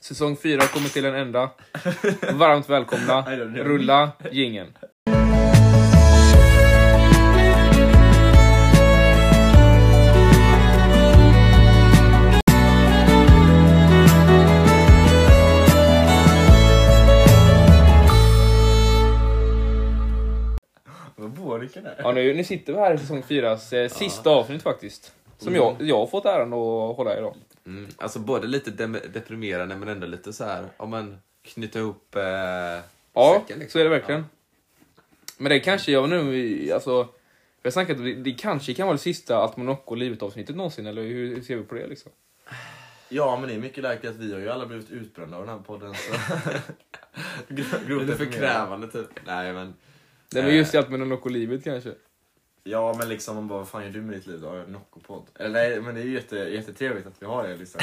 Säsong 4 kommer till en ända. Varmt välkomna. Rulla jingeln. Ja, nu sitter vi här i säsong 4s sista avsnitt faktiskt. Som jag har fått äran att hålla i då. Alltså både lite deprimerande men ändå lite så här om man knyter ihop ja, säcken, liksom. Så är det verkligen. Men det kanske jag nu alltså jag snackar att det kanske kan vara det sista Allt med Nocco livet avsnittet någonsin, eller hur ser vi på det liksom? Ja, men det är mycket läkt att vi har ju alla blivit utbrända av den här podden så det är för krävande typ. Nej men det är just Allt med Nocco livet kanske. ja, men liksom man bara, vad fan gör du med ditt liv då? Nocco-podd. Eller nej, men det är ju jättetrevligt att vi har det liksom.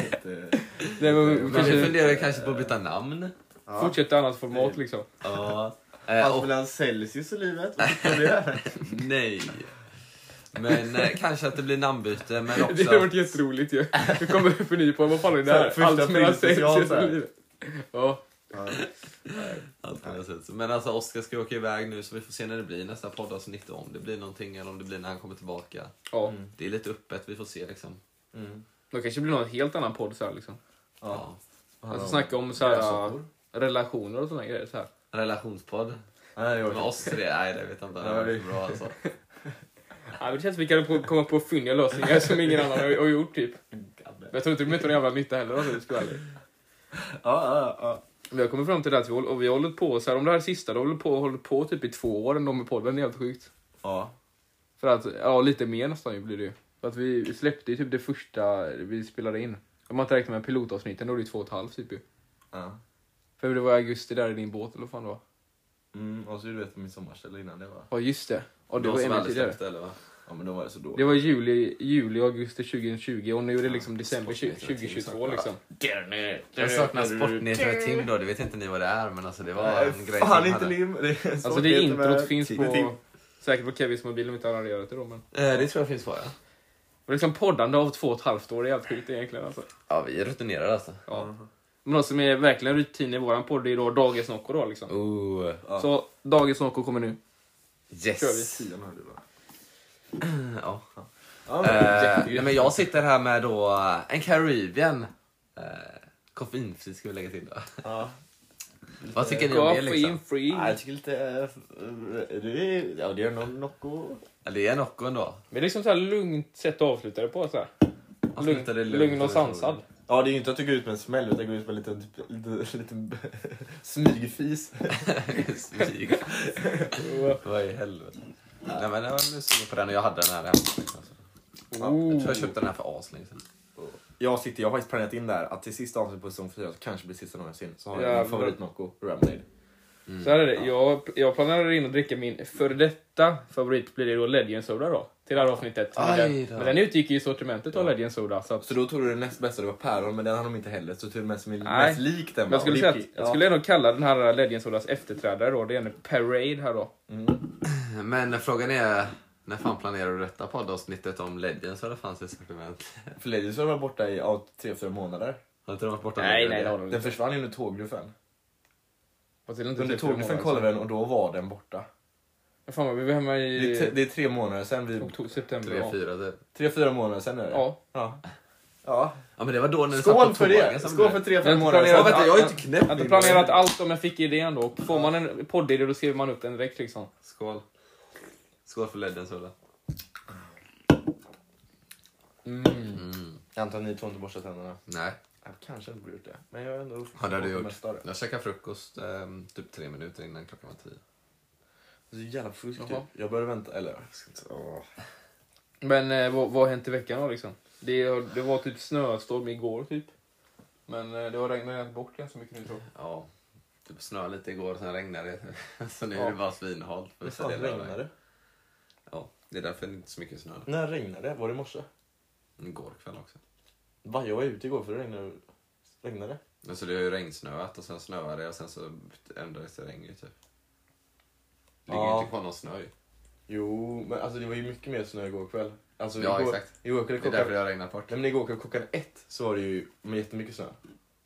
men vi funderar kanske på att byta namn. Ja. Fortsätta annat format liksom. Ja. Allt mellan Celsius och livet. Nej. Men kanske att det blir namnbyte, men också det har varit jätteroligt ju. Du kommer förnya på vad fan är det här? Allt mellan Celsius och livet. Ja. Men alltså Oskar ska åka iväg nu, så vi får se när det blir nästa poddavsnitt, om det blir någonting eller om det blir när han kommer tillbaka. Ja. Det är lite öppet, vi får se liksom. Det kanske blir något helt annan podd så här liksom. Ja. Alltså snacka om så här relationer och såna grejer så här. Relationspodd. Nej, med oss tre, nej det vet jag inte. Det är bra alltså. Ja, det känns som vi kan komma på fyndiga lösningar som ingen annan har gjort typ. Jag tror inte det blir någon jävla nytta heller alltså, det ska vara ärligt. Ja. Vi har kommit fram till det att vi har hållit på så här, om det här sista, då håller på typ i 2 år ändå med podden, det är helt sjukt. Ja. För att, ja lite mer nästan blir det ju. För att vi släppte ju typ det första vi spelade in. Om man inte räknar med pilotavsnitten, då är det 2,5 typ ju. Ja. För det var augusti där i din båt eller vad fan det var. Och så du vet på min sommarställe innan det var. Ja just det. Och det var en tidigare. Eller, va? Ja, men då var det så dåligt. Det var juli och augusti 2020 och nu är det liksom december 2022 liksom. Jag saknar Sportnyheter Tim då, det vet inte ni vad det är, men alltså det var en grej. Fan inte lim. Alltså det introt finns på säkert på Kevins mobil om inte har arrangerat det då, men det tror jag finns på, ja. Och liksom poddande av 2,5 år är helt sjukt egentligen alltså. Ja, vi är rutinerade alltså. Ja. Men något som är verkligen rutin i våran podd är då Dagens Nocco då liksom. Så Dagens Nocco kommer nu. Yes. Kör vi. Ja. Men jag sitter här med då en Caribbean koffeinfri ska vi lägga till då. Ja. Vad tycker ni om det liksom? Free. Ja, jag tycker lite det är någon Nocco. Ja, det är Nocco ändå. Men det är liksom så här lugnt sätt att avsluta det på så här. Lugn och sansad. Ja, det är ju inte att du går ut med en smäll, utan går ut med en liten smygfis. Smyg. Vad i helvete. Nej, men jag var sugen på den och jag hade den här hemma. Jag tror jag köpte den här för aslänge sedan. Jag har faktiskt planerat in där att till sista avsnitt på säsong 4 så kanske blir sista någonsin. Så har jag min favorit Nocco, Ramonade. Så här är det. Jag planerar in att dricka min för detta favorit blir det då Legend Soda då. Till det här avsnittet. Men den utgick ju i sortimentet av Legend Soda. Så då tog du det näst bästa, det var päron, men den har de inte heller. Så tog du som är mest lik den. Jag skulle ändå kalla den här Legend Sodas efterträdare då. Det är en Parade här då. Men frågan är, när fan planerar du detta poddavsnittet om Legends så det fanns ett sortiment? För Legends var borta i 3-4 månader. Har inte de varit borta? Nej, den försvann under tågluffen. Under tågluffen kollade vi den och då var den borta. Fan, vi var hemma i... Det är 3 månader sedan vi... september. 3-4 månader sedan är det. Ja. Ja, men det var då när skål för det. Skål för 3-4 månader sedan. Jag är inte knäpp. Jag har planerat allt om jag fick idén då. Och får man en poddidé då skriver man upp den direkt liksom. Skål. Skål för Legends Soda. Jag antar att ni två inte borstat tänderna. Nej. Jag kanske inte borde gjort det. Men jag har ändå... Ja, det har du gjort. Jag käkade frukost typ 3 minuter innan klockan var 10. Det är så jävla fusk. Jag började vänta. Eller, jag ska inte... Men vad har hänt i veckan då liksom? Det var typ snöstorm igår typ. Men det har regnat bort ganska mycket nu tror jag. Ja, typ snö lite igår och sen regnade det. Så nu är det bara svinhalt. Men fan regnade det? Ja, det är därför det inte så mycket snö. När regnade det? Var det i morse? Igår kväll också. Va, jag var ute igår för det regnade. Men så det har ju regnsnöat och sen snöade det och sen så ändrades det regn typ. Det ligger inte kvar någon snö ju. Jo, men alltså det var ju mycket mer snö igår kväll. Alltså, ja, exakt. Igår kväll det är därför jag har regnat bort. Nej, men igår kväll klockan 1 så var det ju med jättemycket snö. Så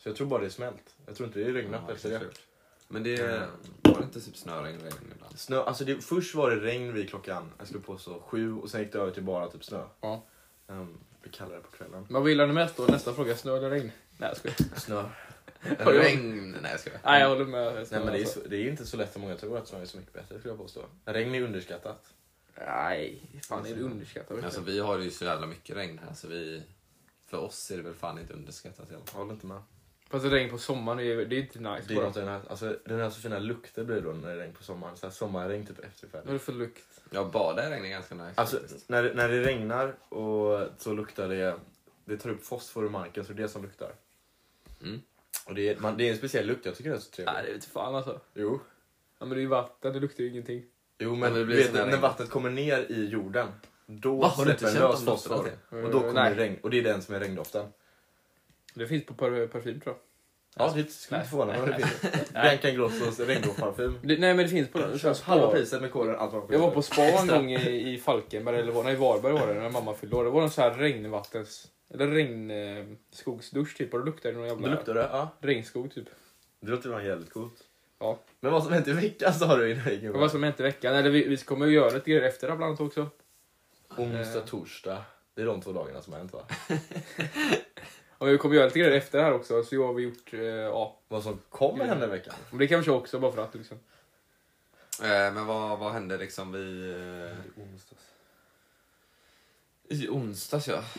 Så jag tror bara det är smält. Jag tror inte det är regnat efter det. Men det var inte typ snöregn ibland? Alltså först var det regn vid klockan, jag skulle på så 7 och sen gick det över till bara typ snö. Ja. Vi kallar det på kvällen. Men vad gillar du mest då? Nästa fråga, snö eller regn? Nej, jag skojar. Snö. Regn? Nej, jag skojar. Nej, jag håller med. Nej, men det är inte så lätt som många tror att snö är så mycket bättre, skulle jag påstå. Regn är underskattat. Nej, fan är det underskattat. Alltså vi har ju så jävla mycket regn här så för oss är det väl fan inte underskattat. Jag håller inte med. Fast det regn på sommaren, det är inte nice. Det är något den här så fina lukter blir då när det regn på sommaren. Så här sommarregn typ efterfärd. Vad är det för lukt? Ja, bada i regn är ganska nice. Alltså när det regnar och så luktar det tar upp fosfor i marken så det är det som luktar. Och det är en speciell lukt, jag tycker det är så trevligt. Nej, det är inte fan alltså. Jo. Ja, men det är ju vatten, det luktar ju ingenting. Jo, men du vet, när vattnet kommer ner i jorden, då släpper den lös fosfor. Och då kommer det regn, och det är den som är regndoften. Det finns på parfym, tror jag. Ja, det skulle inte förvåna mig. Bianca Ingrossos regndoftparfym. Nej, men det finns på den. Halva priset med koden, allt vad jag var på spa en gång i Falkenberg, eller i Varberg var det, när mamma fyllde år. Det var en så här regnvattens... Eller regnskogsdusch typ, och det luktade någon jävla... Det luktade, ja. Regnskog typ. Det låter ju jävligt coolt. Ja. Men vad som hänt i veckan sa du innan? Vad som hänt i veckan? Eller vi kommer ju göra lite grejer efter det bland annat också. Onsdag, torsdag. Det är de 2 dagarna som har hänt, va? Ja, vi kommer göra lite grejer efter det här också, så har vi gjort, ja. Vad som kommer hända i veckan? Men det kan vi köra också, bara för att liksom. Men vad hände liksom i onsdags, ja.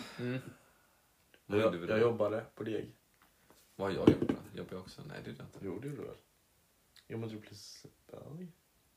Jag jobbade på Deg. Vad jag gjorde? Jobbade jag också? Nej, det gjorde jag inte. Jo, det gjorde du väl? Jo, men du blev Liseberg.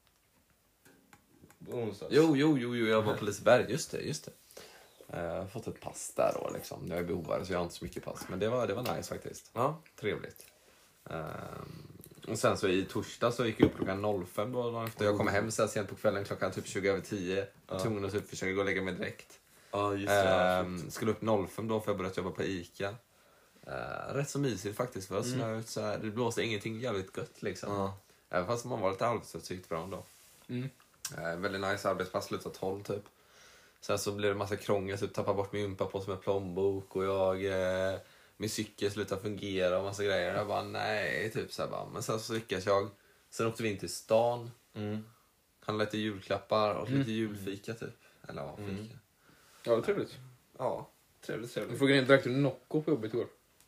Onsdags. Jo, jag var på Liseberg, just det. Jag har fått ett pass där då liksom. Jag är behovare så jag har inte så mycket pass. Men det var nice faktiskt. Ja. Trevligt. Och sen så i torsdag så gick jag upp klockan 05 då efter. Jag kom hem så här sent på kvällen klockan typ 20:10. Ja. Tvungen att typ försöka gå och lägga mig direkt. Ja, just det. Skulle upp 05 då för jag börjat jobba på Ica. Rätt så mysigt faktiskt. För snö ut så här. Det blåste ingenting jävligt gött liksom. Ja. Även fast man var lite halvstött så gick det bra ändå. Väldigt nice arbetspass, slutat 12 typ. Sen så blev det massa krångel, typ tappade bort min ympa på som en plånbok och min cykel slutade fungera och massa grejer. Jag bara nej, typ så här bara. Men sen så lyckades jag. Sen åkte vi in till stan. Handlade lite julklappar och lite julfika typ. Eller vad, fika. Ja, det är trevligt. Ja, trevligt. Du får gå in direkt till Nocco på jobbet igår.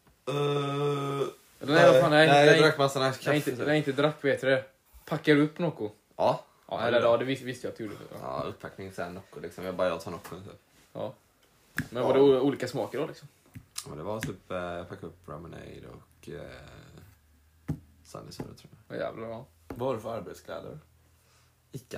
Nej, jag drack massa nice kaffe. Nej, inte drack, vet du det. Packar upp Nocco. Ja. Ja, det visste jag att du gjorde. Ja, upppackning sen Nocco liksom. Jag tar Nocco typ. Ja. Men var det olika smaker då liksom? Ja, det var typ jag packade upp Ramonade och Sunny Soda tror jag. Ja, jävlar, ja. Vad har du för arbetskläder? Ica.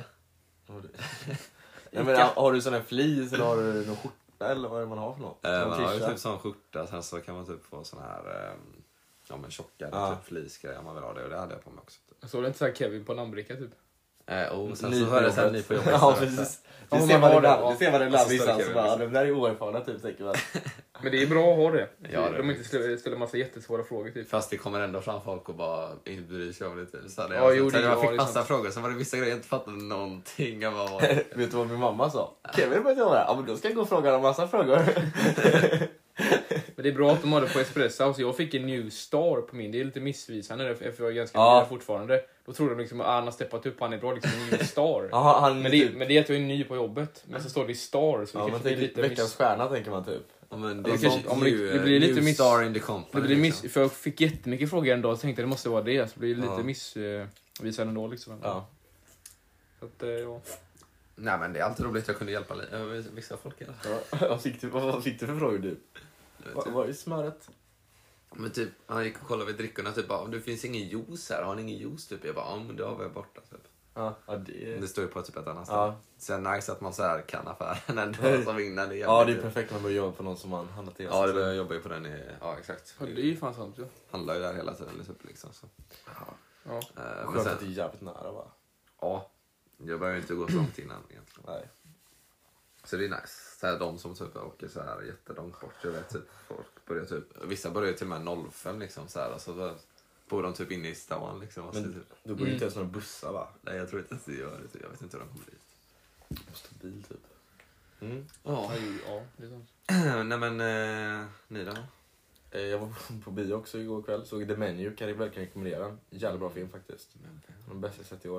Har du sån här flis eller har du någon skjorta eller vad är det man har för något? Man har ju typ sån skjorta, sen så kan man typ få sån här tjockare typ flisgrejer om man vill ha det, och det hade jag på mig också. Jag såg det inte så här Kevin på namnbricka typ. Sen så hörde jag såhär ny på jobbet. Ja, precis. Det ser man ibland vissa som bara, de där är oerfarna typ, tänker man. Men det är bra att ha det. Ja, de inte ställer massa jättesvåra frågor typ. Fast det kommer ändå fram folk och bara inte bryr sig om det typ. Så jag fick massa frågor, så var det vissa grejer jag inte fattade någonting. Vet du vad min mamma sa? Kevin började göra det. Ja, men då ska jag gå och fråga en massa frågor. Men det är bra att de har det på Espresso House. Jag fick en New Star på min. Det är lite missvisande för jag är ganska ny fortfarande. Då tror de liksom att han har steppat upp, han är bra, liksom en New Star. Men det är att jag är ny på jobbet. Men så står det Star. Så det blir lite veckans stjärna, tänker man typ. Ja, men det blir lite Star in the company. Det blir för jag fick jättemycket frågor en dag och tänkte att det måste vara det. Så det blir lite missvisande då liksom. Ja. Så att, ja. Nej, men det är alltid roligt att jag kunde hjälpa vissa folk. Vad fick du för frågor du? Vad är smöret? Men typ, han gick och kollade vid drickorna typ bara, det finns ingen juice här, har ni ingen juice typ? Jag bara, men det har vi borta typ. Ja, det står ju på typ ett annat ställe. Sen nice att man så här kan affären ändå som vinner det. Ja, det är perfekt när man börjar jobba på någon som man handlar till. Ja, det jobbar ju på den exakt. Ja, det är ju fan sant ju. Handlar ju där hela tiden liksom så. Ja. Skönt att det är jävligt nära, va? Ja. Jag behöver inte gå så långt innan egentligen. Nej. Så det är nice. Så här, de som typ åker så här jättelångt bort. Jag vet typ, folk börjar typ, vissa börjar till och med 05 liksom så här. Alltså då bor de typ inne i stan liksom. Men typ. då går det inte ens några bussar, va? Nej, jag tror inte att det gör det. Jag vet inte hur de kommer dit. Måste bil typ. Ja, det är sant. Nej men, ni då? Jag var på bio också igår kväll. Såg The Menu, kan jag verkligen rekommendera den. Jävla bra film faktiskt. Den bästa jag sett i år.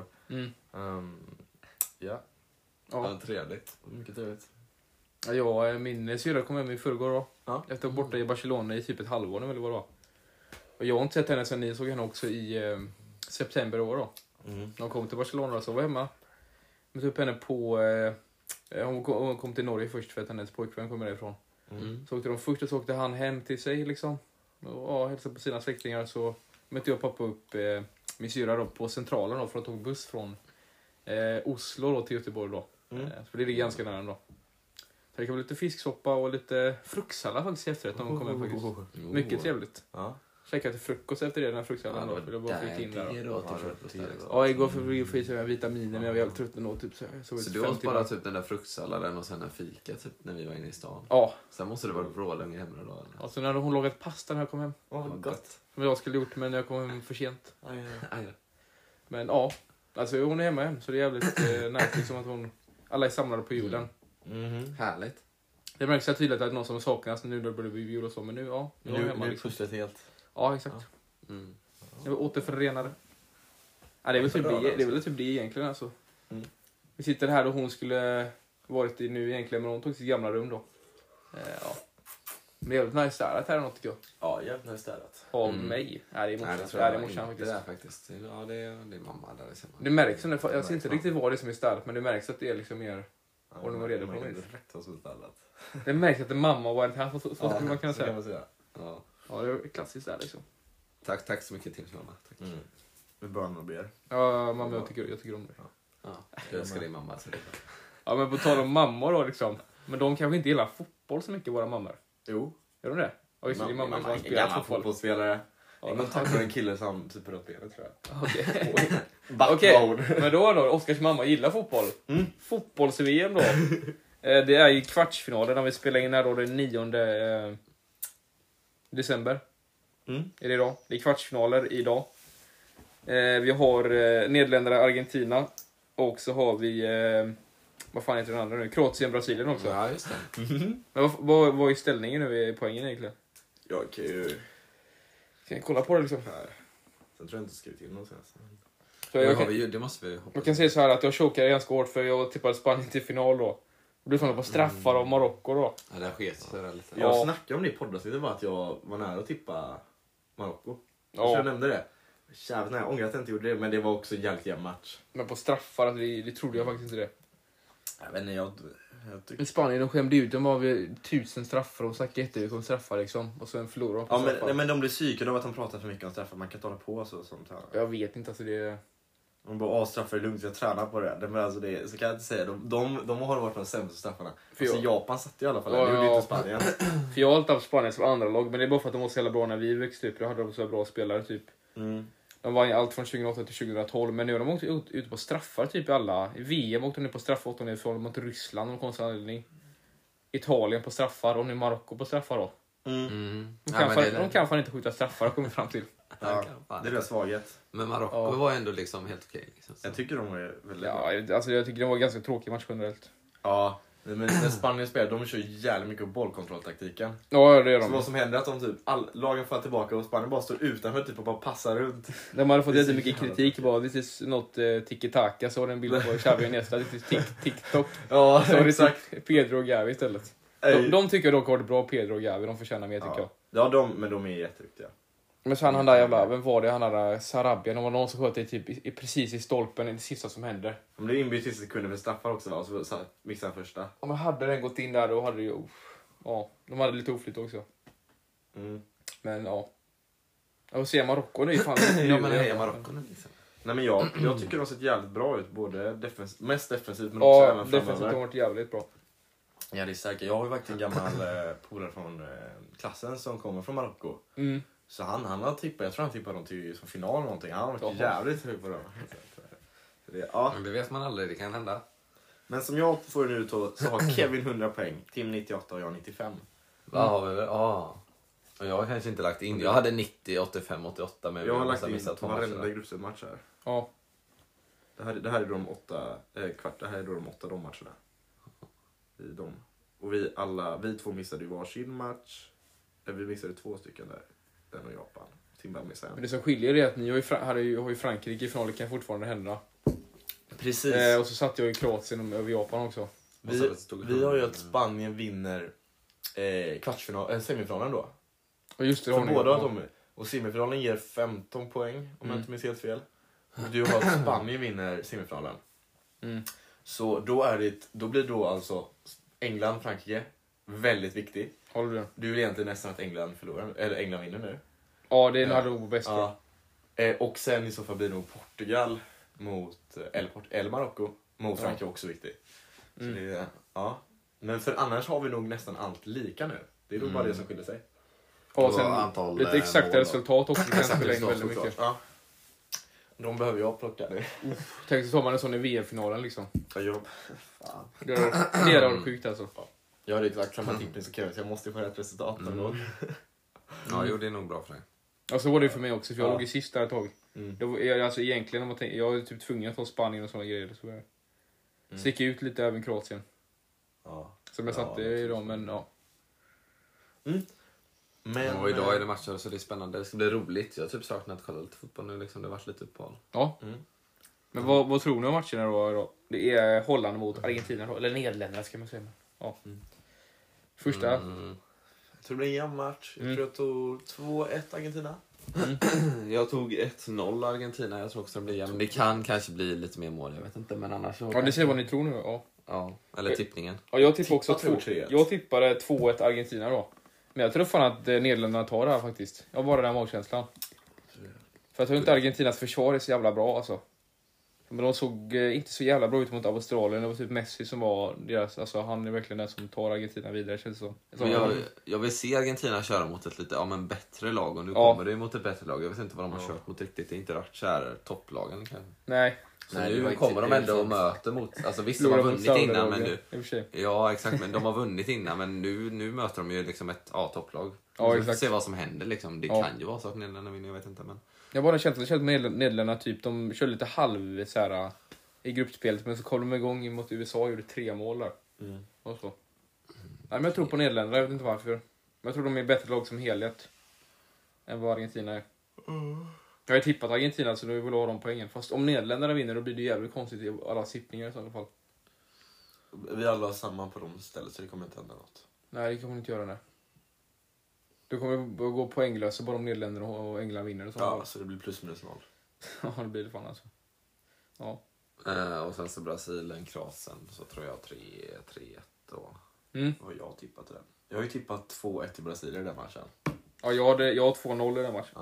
Ja. Ja, trevligt. Mycket trevligt. Ja, min syrra kom hem i förrgår då. Ja. Efter att ha borta i Barcelona i typ ett halvår eller vad det var. Och jag har inte sett henne sen ni såg henne också i september i år då. När hon kom till Barcelona så var jag hemma. Jag tog upp henne på... hon kom till Norge först för att hennes pojkvän kommer därifrån. Så åkte de först och så åkte han hem till sig liksom. Och hälsade på sina släktingar så mötte jag pappa upp min syrra då på centralen då för att tog buss från Oslo då till Göteborg då. För det är ganska nära då. Så det kan bli lite fisksoppa och lite fruktsallad faktiskt efter att de kommer faktiskt. Mycket trevligt. Ja. Käkade till frukost efter det, den här fruktsalladen då. För det bara fick in där då. Liksom. Ja, igår för att få vitaminer men jag var helt trött ändå typ så du åt bara typ den där fruktsalladen och sen en fika typ när vi var inne i stan? Ja. Sen måste det vara rålänge hemma då eller? Och så när hon lagat pasta när jag kom hem. Vad gott. Som jag skulle gjort men jag kom hem för sent. Aj. Men ja, alltså hon är hemma så det är jävligt nice liksom att alla är samlade på julen. Härligt. Det märks tydligt att det är någon som saknas nu när det börjar bli jul och så, men nu ja. Nu är liksom pusslet helt. Ja, exakt. Jag var återförenade. Ja, det är väl typ det egentligen alltså. Vi sitter här och hon skulle varit i nu egentligen, men hon tog sitt gamla rum då. Ja. Men jävligt nice städat här något tycker jag. Ja, jävligt nice städat. Av mig. Nej, det är morsan. Det är morsan faktiskt. Det är faktiskt. Ja, det är mamma där liksom. Det märks som det, jag ser inte riktigt vad det är som är städat, men det märks att det är liksom mer ordning och reda på mig. Det märks att det är mamma och varit här, så skulle man kunna säga. Ja, det är klassiskt där liksom. Tack så mycket till mamma. Tack. Med barn och ber. Ja, mamma, jag tycker om det. Ja, jag älskar din mamma. Så det ja, men på tal om mammor då liksom. Men de kanske inte gillar fotboll så mycket, våra mammor. Jo. Gör de det? Ja, just det, din mamma är en gammal fotbollsspelare. Ingen tack för en kille som typ rött benet tror jag. Okej, men då Oskars mamma gillar fotboll. Fotbolls-VM då. Det är i kvartsfinalen när vi spelar in här då den 9 december. Är det idag? Det är kvartsfinaler idag. Vi har Nederländerna, Argentina. Och så har vi... vad fan heter den andra nu? Kroatien, Brasilien också. Ja, just det. Men vad är ställningen nu i poängen egentligen? Jag kan ju... Kan jag kolla på det liksom? Här. Sen tror jag inte skrivit in någonstans. Så det måste vi hoppas. Jag kan säga så här att jag chokade ganska hårt för jag tippade Spanien till final då. Och det fanns på straffar av Marocko då. Ja, det sket sig där lite. Jag snackade om det i poddavsnittet var att jag var nära att tippa Marocko. Ja. Så jag nämnde det. Jävligt nära, jag ångrar att jag inte gjorde det, men det var också en jävligt jämn match. Men på straffar, det trodde jag faktiskt inte det. Jag vet inte, jag tycker... I Spanien, de skämde ut, de var vid 1000 straffar och snackade jättemycket om straffar liksom. Och så en förlorare på straffar. Men de blir psykade av att han pratar för mycket om straffar. Man kan inte hålla på så sånt här. Jag vet inte, alltså det... De bara, straffar är lugnt, jag tränar på det. Men alltså det så kan jag inte säga. De har varit de sämsta straffarna. Alltså Japan satt i alla fall, det gjorde inte Spanien. För jag har alltid haft Spanien som andra lag, men det är bara för att de var så jävla bra när vi växte upp. Jag hade de så bra spelare typ. De var allt från 2008 till 2012, men nu har de åkt ut på straffar typ alla. I VM åkte de på straffar, åkte de från mot Ryssland och konstig anledning. Italien på straffar och nu Marocko på straffar då. De kan fan inte skjuta straffar, har kommit fram till. Ja, det är deras svaghet. Men Marocko var ändå liksom helt okej. Liksom, jag tycker de var väldigt bra. Alltså jag tycker det var en ganska tråkig match generellt. Ja, men när Spanien spelar, de kör jävligt mycket bollkontrolltaktiken. Ja, det gör de. Så vad som händer är att de typ, lagen faller tillbaka och Spanien bara står utanför typ och bara passar runt. De hade fått jättemycket kritik bara, this is not tiki-taka, så var det en bild på Xavi Iniesta, this is TikTok. Ja, så exakt. Det Pedro och Gavi istället. De tycker dock har det bra, Pedro och Gavi, de förtjänar mer tycker jag. Ja, men de är jätteduktiga. Men så han där jävla, vem var det? Han där Sarabia, de var någon som sköt det typ precis i stolpen, det sista som hände. De blev inbytt 10 sekunder för straffar också va, och så mixade han första. Ja, men hade den gått in där då hade det ju, ja, de hade lite oflytt också. Men ja. Och se Marocko nu fan. Ja, men heja Marocko nu liksom. Nej, men jag tycker de har sett jävligt bra ut, både mest defensivt men också även framöver. Defensivt har varit jävligt bra. Ja, det är säkert. Jag har ju faktiskt en gammal polare från klassen som kommer från Marocko. Så han har tippat, jag tror han tippade dem till som final eller någonting. Han har varit jävligt hög på dem. Men det vet man aldrig, det kan hända. Men som jag får nu så har Kevin 100 poäng, Tim 98 och jag 95. Vad har vi? Och jag har kanske inte lagt in. Jag hade 90, 85, 88 men jag har lagt in varenda gruppspelmatch här. Ja. Det här är de 8 det här är då de 8 de matcherna. I dem. Och vi två missade ju varsin match. Vi missade 2 stycken där. Den och Japan. Zimbabwe sen. Men det som skiljer är att ni har ju Frankrike i finalen, kan fortfarande hända. Precis. Och så satt jag i Kroatien över Japan också. Vi har ju att Spanien vinner semifinalen då. Och just det, för båda att de, och semifinalen ger 15 poäng om jag inte minns helt fel. Och du har att Spanien vinner semifinalen. Så då blir då alltså England, Frankrike väldigt viktig. Håller du? Du vill egentligen nästan att England förlorar, eller England vinner nu. Ja, det är nog bäst. Ja. Och sen i så fall blir nog Portugal mot eller Marocko mot Frankrike också viktig. Så det, ja. Men för annars har vi nog nästan allt lika nu. Det är nog bara det som skiljer sig. Och sen lite exakta resultat också kan spela in väldigt mycket. Ja. De behöver jag plocka nu. Tänk så tar man en sån i VM-finalen liksom. Ja, Det är sjukt alltså. Jag har exakt samma tippning som Kevin, så jag måste få rätt resultat någon gång. Ja, det är nog bra för dig. Ja, så var det för mig också, för jag låg i sista ett tag. Alltså egentligen, om jag är typ tvungen att ta Spanien och såna grejer. Så sticker ut lite även Kroatien. Ja. Som jag satte i dem, men ja. Men, och idag är det matcher så det är spännande. Det ska bli roligt. Jag har typ saknat att kolla lite fotboll nu. Liksom. Det har varit lite uppehåll. Ja. Men vad tror ni om matcherna då? Det är Holland mot Argentina då. Eller Nederländerna ska man säga. Ja. Första. Jag tror det blir en jämn match. Jag tror jag tog 2-1 Argentina. Jag tog 1-0 Argentina. Jag tror också det blir jämn. Det kan kanske bli lite mer mål. Jag vet inte. Men annars så... Ja, ni säger vad ni tror nu. Ja. Eller tippningen. Ja, jag tippade också 2-3. Jag tippade 2-1 Argentina då. Men jag tror fan att Nederländerna tar det här faktiskt. Jag har bara den magkänslan. För jag tror inte Argentinas försvar är så jävla bra alltså. Men de såg inte så jävla bra ut mot Australien. Det var typ Messi som var deras... Alltså han är verkligen den som tar Argentina vidare, känns det som. Men jag vill se Argentina köra mot ett lite bättre lag. Och nu kommer det mot ett bättre lag. Jag vet inte vad de har kört mot riktigt. Det är inte rätt kära topplagen kanske. Nej. Så nu kommer de ändå och möter mot... Alltså visst, de har vunnit innan, men nu... Ja, exakt. Men de har vunnit innan, men nu möter de ju liksom ett topplag. Ja, vi får se vad som händer liksom. Det kan ju vara så att Nederländerna vinner, jag vet inte, men... Jag bara kände med Nederländerna typ, de körde lite halv så här, i gruppspelet, men så kom de igång mot USA och gjorde 3 mål där. Och så. Nej, men jag tror på Nederländerna, jag vet inte varför. Men jag tror de är bättre lag som helhet än vad Argentina är. Jag har tippat Argentina, så då vill jag ha de poängen. Fast om Nederländerna vinner, då blir det jävligt konstigt i alla sippningar i så fall. Vi alla har samma på de ställen, så det kommer inte hända något. Nej, det kommer inte göra det. Du kommer gå poänglösa bara om Nederländerna och England vinner. Och så. Ja, så det blir plus minus 0. Ja, det blir det fan alltså. Ja. Och sen så Brasilien, Kroatien, så tror jag 3-1 då. Vad har jag tippat den? Jag har ju tippat 2-1 till Brasilien i den matchen. Ja, jag har 2-0 i den matchen.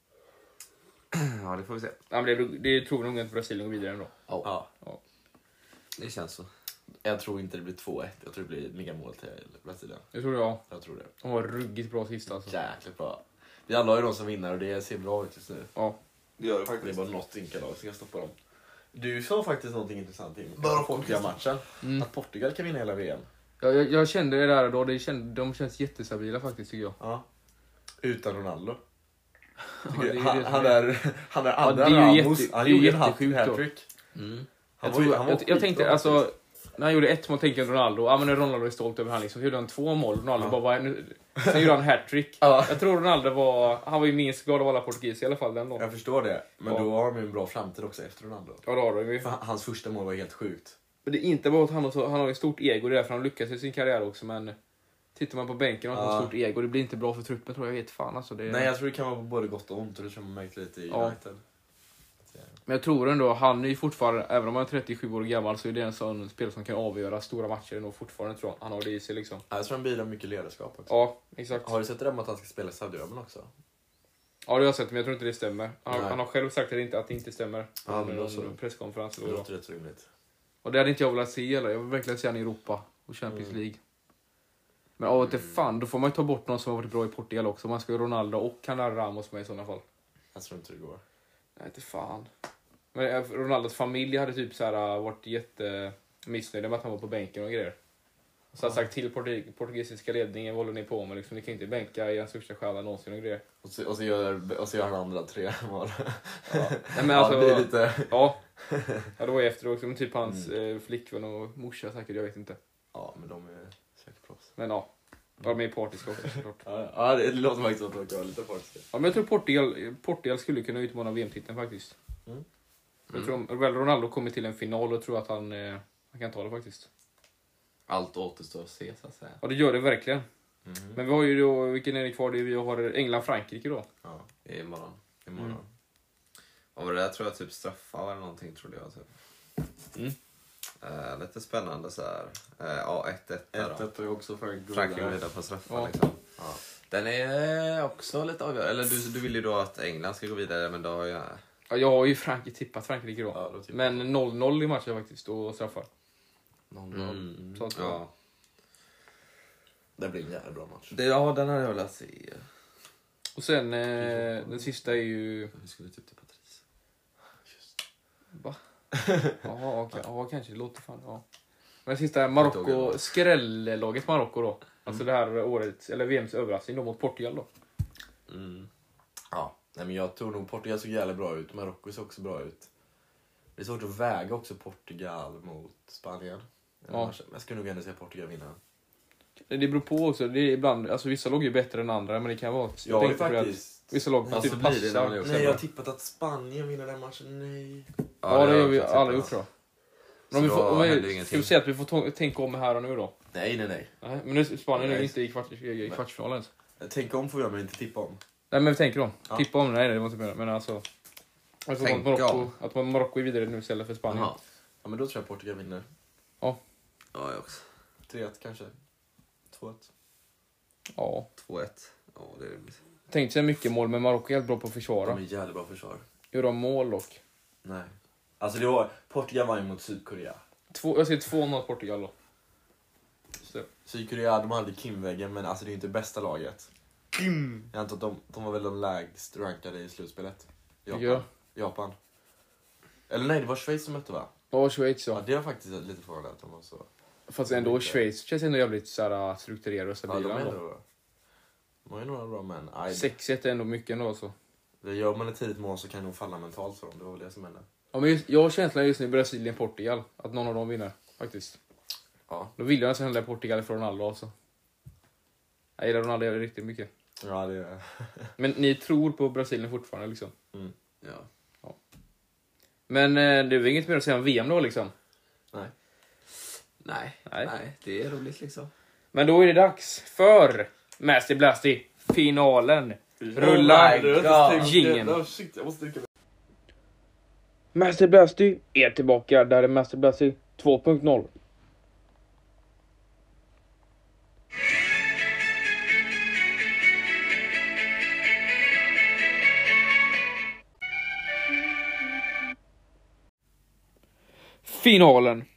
Ja, det får vi se. Ja, men det tror nog inte Brasilien går vidare ändå. Ja. Det känns så. Jag tror inte det blir 2-1. Jag tror det blir inga mål till Brasilien. Jag tror det, ja. Jag tror det. De var ruggigt bra sist alltså. Jäkligt bra. Vi alla har ju de som vinner och det ser bra ut just nu. Ja. Det gör det faktiskt. Det är bara något ynka-lag som kan stoppa dem. Du sa faktiskt någonting intressant i Portugal-matchen. Att Portugal kan vinna hela VM. Ja, jag kände det där då. De känns jättestabila faktiskt, tycker jag. Ja. Utan Ronaldo. Ja, det är han är andra Ramos. Han gjorde en hat-trick. Jag tänkte, alltså, när han gjorde 1 mål tänkte jag Ronaldo. Ja, men Ronaldo är stolt över han liksom. Så gjorde han 2 mål. Ronaldo bara sen gjorde han hattrick. Jag tror Ronaldo han var ju minst glad av alla portugiser i alla fall den dagen. Jag förstår det. Men då har de ju en bra framtid också efter Ronaldo. Ja, det har de. För hans första mål var helt sjukt. Men det är inte bara att han har ett stort ego, det är därför han lyckas i sin karriär också, men tittar man på bänken och har ett stort ego, det blir inte bra för truppen, tror jag. Vet fan alltså. Nej, jag tror det kan vara både gott och ont, och det tror man märkt lite i United. Men jag tror ändå, han är ju fortfarande, även om han är 37 år gammal, så är det en sån spelare som kan avgöra stora matcher ändå fortfarande, tror jag. Han har det i sig liksom. Jag tror han bidrar mycket ledarskap också. Ja, exakt. Har du sett det där att han ska spela i Saudiarabien också? Ja, det har jag sett, men jag tror inte det stämmer. Han har själv sagt att det inte stämmer. Ja, men då så. Presskonferens. Det låter rätt rimligt. Och det hade inte jag velat se heller. Jag vill verkligen se han i Europa och Champions League. Men av och till fan, då får man ju ta bort någon som har varit bra i Portugal också. Man ska ju Ronaldo och kan ha Ramos med i sådana fall. Jag tror inte det går. Nej, inte fan. Men Ronaldos familj hade typ så här varit jättemissnöjda med att han var på bänken och grejer. Så jag har sagt till portugisiska ledningen, vad håller ni på med? Liksom, ni kan inte bänka i hans största stjärna någonsin och grejer. Och så gör han andra 3 mål. Ja. Nej, men alltså, det är lite... Ja, det var ju efter också. Men typ hans flickvän och morsa säkert, jag vet inte. Ja, men de är säkert proffs. Men ja. Var med i partiska också såklart. Ja, det låter faktiskt som att de var lite partiska. Ja, men jag tror Portugal skulle kunna utmana VM-titeln faktiskt. Jag tror om Ronaldo kommer till en final och tror att han kan ta det faktiskt. Allt återstår att se, så att säga. Ja, det gör det verkligen. Men vi har ju då, vilken är det kvar? Vi har England-Frankrike då. Ja, imorgon. Ja, men det där tror jag typ straffar eller någonting, trodde jag typ. Lite spännande så här. Ja, 1-1 där då. 1-1 är också för Frankrike vidare på straffar liksom. Ja. Den är också lite avgörande. Eller du vill ju då att England ska gå vidare, men då har jag... Ja, jag har ju tippat Frankrike då. Ja, då men 0-0 i matchen faktiskt, och straffar. 0-0. Så att, ja. Det blir en jävla bra match. Ja, den har jag velat se. Och sen den sista är ju... Vi skulle typ till Patrice. Va? Ja, okej. Ja, kanske det låter fan. Ja. Men den sista är Marocko, skrällaget Marocko då. Alltså det här året, eller VMs överraskning då mot Portugal då. Ja, nej, men jag tror nog Portugal såg jävla bra ut. Marocko såg också bra ut. Det är svårt att väga också Portugal mot Spanien. Ja. Men jag skulle nog ändå säga Portugal vinna. Det beror på också. Det är ibland, alltså vissa lag är bättre än andra, men det kan vara... Ja, det är faktiskt... Vissa lag typ passar. Nej, jag har tippat att Spanien vinner den matchen. Nej. Ja, det har vi alla gjort då. Men om vi ska vi säga att vi får tänka om här och nu då? Nej. Men nu, Spanien är inte i kvartsfinalen. Tänk om får jag, men inte tippa om. Nej, men vi tänker om. Ja. Tippa om, nej det var inte mer. Men alltså att Marocko är vidare nu istället för Spanien. Aha. Ja, men då tror jag Portugal vinner. Ja. Ja, jag också. 3-1 kanske. 2-1. Ja. 2-1. Ja, det är rimligt. Tänkte sig mycket mål, men Marocko är helt bra på att försvara. De är jävligt bra försvar. Gör de mål dock? Nej. Alltså det var Portugal vann mot Sydkorea. Jag ser 2-0 Portugal då. Så. Sydkorea, de hade Kim-väggen, men alltså det är inte bästa laget. Kim! Jag antar att de var väl de lägst rankade i slutspelet. Japan. Eller nej, det var Schweiz som mötte, va? Ja, Schweiz ja. Det var faktiskt lite förvånande att de var så... Fast ändå Schweiz känns ändå jävligt såhär strukturerade och stabila. Ja, de är ändå bra. De är några bra män. 6-1 är ändå mycket ändå alltså. Det gör man ett tidigt mål så kan de falla mentalt för dem. Det var väl det som hände. Ja, men jag har känslan just nu Brasilien-Portugal. Att någon av dem vinner, faktiskt. Ja. Då vill jag nästan hellre Portugal för Ronaldo alltså. Jag gillar Ronaldo riktigt mycket. Ja, det är... Men ni tror på Brasilien fortfarande liksom? Ja. Men det är väl inget mer att säga om VM då liksom? Nej, det är roligt liksom. Men då är det dags för Master Blasty finalen. Rulla jingeln. Master Blasty är tillbaka. Där är Master Blasty 2.0. Finalen.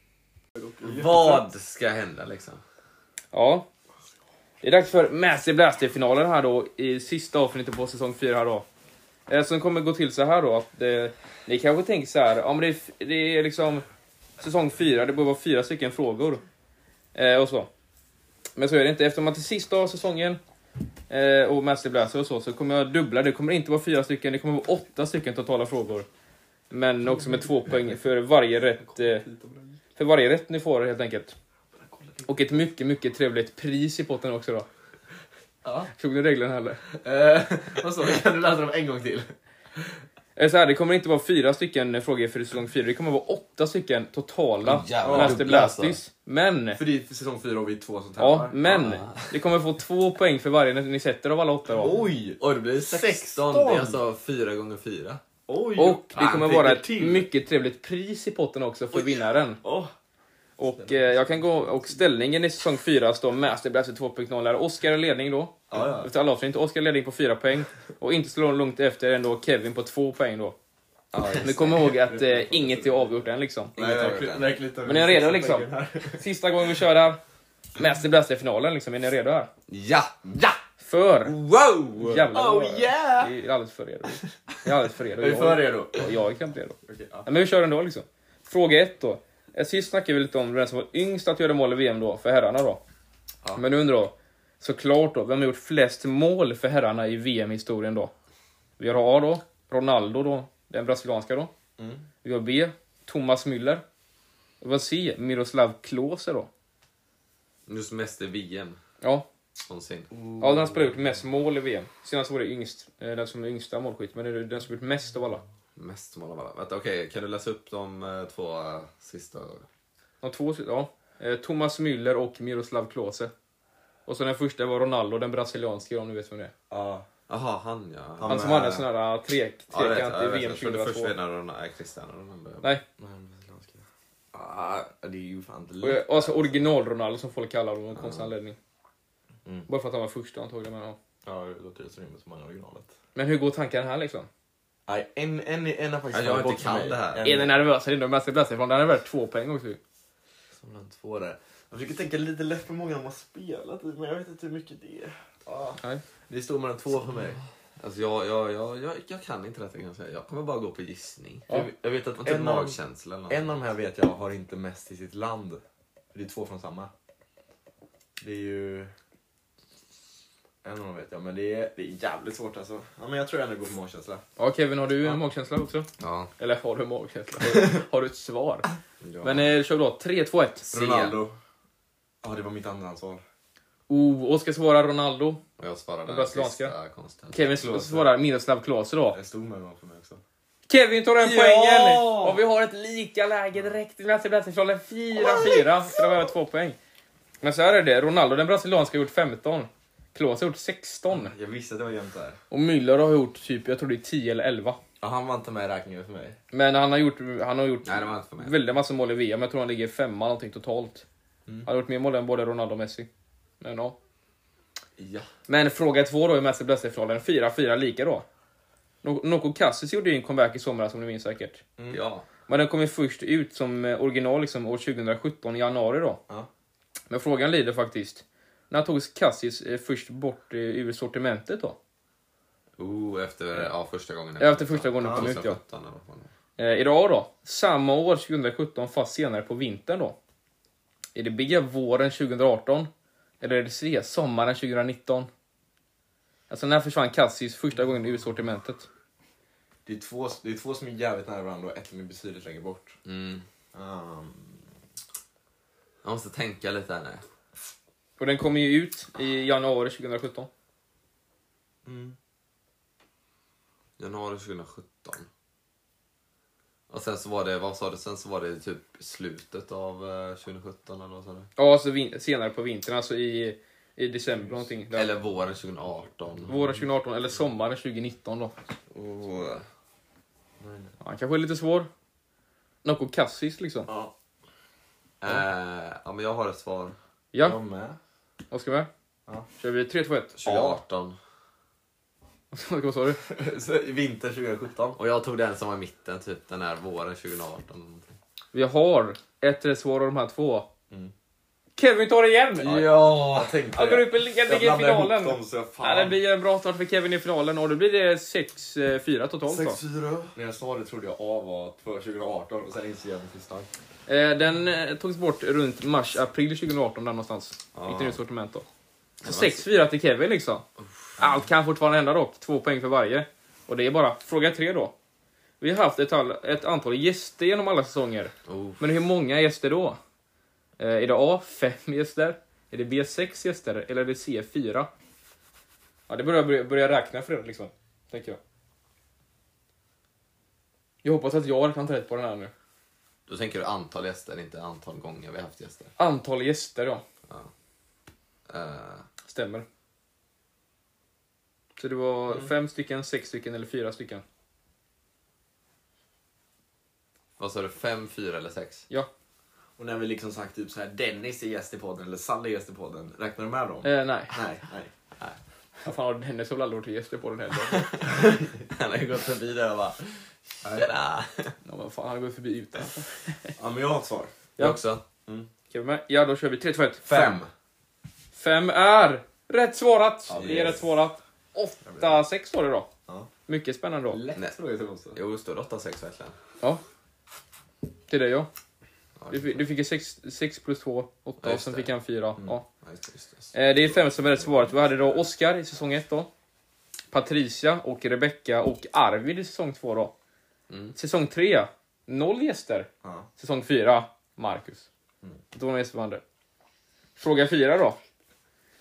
Vad ska hända liksom? Ja. Det är dags för Master Blaster-finalen här då. I sista avsnittet på säsong 4 här då. Som kommer gå till så här då. Att ni kanske tänker så här. Ja, men det är liksom säsong 4. Det borde vara 4 stycken frågor. Och så. Men så är det inte. Efter man till sista av säsongen. Och Master Blaster och så kommer jag dubbla. Det kommer inte vara 4 stycken. Det kommer vara 8 stycken totala frågor. Men också med 2 poäng för varje rätt. För varje rätt ni får helt enkelt. Och ett mycket, mycket trevligt pris i potten också då. Ja. Såg ni reglerna heller? Vad så, kan du läsa dem en gång till? Så här, det kommer inte vara 4 stycken frågor för säsong 4. Det kommer vara 8 stycken totala Master Blasties. Men... För det är för säsong 4 och vi är 2 som tävlar. Ja, men det kommer få 2 poäng för varje när ni sätter av alla 8 då. Oj, det blir 16. Det är alltså 4 gånger 4. Oj. Och det kommer vara ett mycket trevligt pris i potten också för vinnaren. Och jag kan gå, och ställningen i säsong 4 står Master Blaster 2.0 är Oskar ledning då. Efter alla avsnitt. Oskar ledning på 4 poäng. Och inte så långt efter ändå Kevin på 2 poäng då. Men kom ihåg att inget är avgjort än liksom. Nej, men är ni redo liksom? Sista gången vi kör här. Master Blaster-finalen liksom. Är ni redo här? Ja! För... Wow! Jävlar, oh yeah! Jag är alldeles för redo. Jag är alldeles för redo. Är du för redo? Jag är knappt redo. Okay, ja. Men vi kör ändå liksom. Fråga 1 då. Sist snackade vi lite om vem som var yngst att göra mål i VM då, för herrarna då. Ja. Men nu undrar då, såklart då, vem har gjort flest mål för herrarna i VM-historien då? Vi har A då, Ronaldo då, den brasilianska då. Vi har B, Thomas Müller. Och vi har C, Miroslav Klose då. Just mest i VM. Ja, Ja, den har spelat ut mest mål i VM. Senast var det den som är yngsta målskytt, men det är den som gjort mest av alla. Mest mål av alla. Vänta, okej, kan du läsa upp de 2 sista? De 2 ja. Thomas Müller och Miroslav Klose. Och så den första var Ronaldo, den brasilianska, om du vet vem det är. Ja. Jaha, han ja. Han som hade en sån här trekant i VM 2002. Jag först när Cristiano Ronaldo. Nej. Det är ju fan inte lätt. Och alltså original Ronaldo som folk kallar honom, en konstig anledning. Bara för att han var första antagligen. Men, ja, det låter så rimligt som originalet. Men hur går tanken här liksom? Nej, en har faktiskt jag inte kan det här. Är den nervös? Är det de bästa platser? Den är värt 2 poäng också. Som den 2 där. Jag försöker tänka lite lätt på många de har spelat i, men jag vet inte hur mycket det är. Nej. Det står mellan 2 för mig. Alltså jag kan inte detta, kan jag säga. Jag kommer bara gå på gissning. Ja. Jag vet att en av de här vet jag har inte mest i sitt land. Det är 2 från samma. Det är ju... En av dem vet jag, men det är jävligt svårt alltså. Ja, men jag tror jag ändå går på magkänsla. Ja, Kevin, har du en magkänsla också? Ja. Eller har du en magkänsla? Har du ett svar? Ja. Men kör då 3-2-1. Ronaldo. Ja, det var mitt andra ansvar. Oskar svarar Ronaldo. Och jag svarade den brasilianska. sista konsten. Kevin svarar Miroslav Klose då. Det stod med någon för mig också. Kevin tar den poängen! Och vi har ett lika läge direkt i mästerplatsfinalen. 4-4. Så det var 2 poäng. Men så här är det. Ronaldo, den brasilianska, har gjort 15. Klose har gjort 16. Jag visste att det var jämnt där. Och Müller har gjort typ, jag tror det är 10 eller 11. Ja, han var inte med i räkningen för mig. Men han har gjort Nej, det var inte för mig. väldigt massa mål i VM. Jag tror han ligger 5 någonting totalt. Han har gjort mer mål än både Ronaldo och Messi. Men ja. Ja. Men fråga 2 då i mästerplatsfinalen. 4-4 lika då. Noko Kassis gjorde ju en comeback i somras, som ni minns säkert. Ja. Men den kom ju först ut som original liksom år 2017 i januari då. Ja. Men frågan lyder faktiskt: när togs Kassis först bort ur sortimentet då? Efter första gången. Efter första gången kom ut, ja. Idag då, samma år 2017 fast senare på vintern då. Är det B våren 2018? Eller är det C sommaren 2019? Alltså när försvann Kassis första gången ur sortimentet? Det är två som är jävligt nära varandra och ett som är betydligt längre bort. Jag måste tänka lite här nu. Och den kommer ju ut i januari 2017. Januari 2017. Och sen så var det, vad sa du? Sen så var det typ slutet av 2017 eller vad sa du? Ja, alltså senare på vintern, alltså i december någonting. Där. Eller våren 2018. Våren 2018 eller sommaren 2019 då. Nej. Han kanske är lite svår. Noko Kassis liksom. Ja. Ja, men jag har ett svar. Ja. Jag med. Vad ska vi? Ja. Kör vi 3-2-1? 2018. Vad sa du? Vinter 2017. Och jag tog den som var i mitten, typ den här våren 2018. Vi har ett svar av de här 2. Kevin tar det igen! Ja, jag tänkte Han går upp ligger i finalen. Det det blir en bra start för Kevin i finalen. Och då blir det 6-4 totalt då. 6-4. När jag sa det trodde jag A var för 2018 och sen inser jag till stark. Den togs bort runt mars-april 2018 där någonstans. Inte nu sortiment då. Så 6-4 till Kevin liksom. Allt kan fortfarande hända dock. 2 poäng för varje. Och det är bara fråga 3 då. Vi har haft ett antal gäster genom alla säsonger. Men hur många gäster då? Är det A, 5 gäster? Är det B, 6 gäster? Eller är det C, 4? Ja, det börjar räkna för det liksom. Tänker jag. Jag hoppas att jag kan ta rätt på den här nu. Då tänker du antal gäster, inte antal gånger vi har haft gäster. Antal gäster, ja. Stämmer. Så det var 5 stycken, 6 stycken eller 4 stycken. Vad sa du? 5, 4 eller 6? Ja. Och när vi liksom sagt typ så här, Dennis är gäst i podden eller Salle är gäst i podden, räknar du med dem? Nej. Nej. Vad fan har Dennis väl aldrig varit gäster på den här? Han har ju gått förbi där och bara... Ja, vad fan, han har gått förbi utan. Ja, men jag har ett svar. Jag också. Kan vi med? Ja, då kör vi 3-2-1. 5. 5 är rätt svarat. Ja, det är rätt svarat. 8-6 står det då. Ja. Mycket spännande då. Lätt fråga till oss. Jo, står det 8-6 verkligen? Ja. Till dig, ja. Du fick 6 plus 2, 8 och sen fick han 4. Ja. Just. Det är 5 som är rätt svarat. Vi hade då Oscar i säsong 1 då. Patricia och Rebecca och Arvid i säsong 2 då. Säsong 3, 0 gäster. Ja. Säsong 4, Marcus. Då var gäster. Fråga 4 då.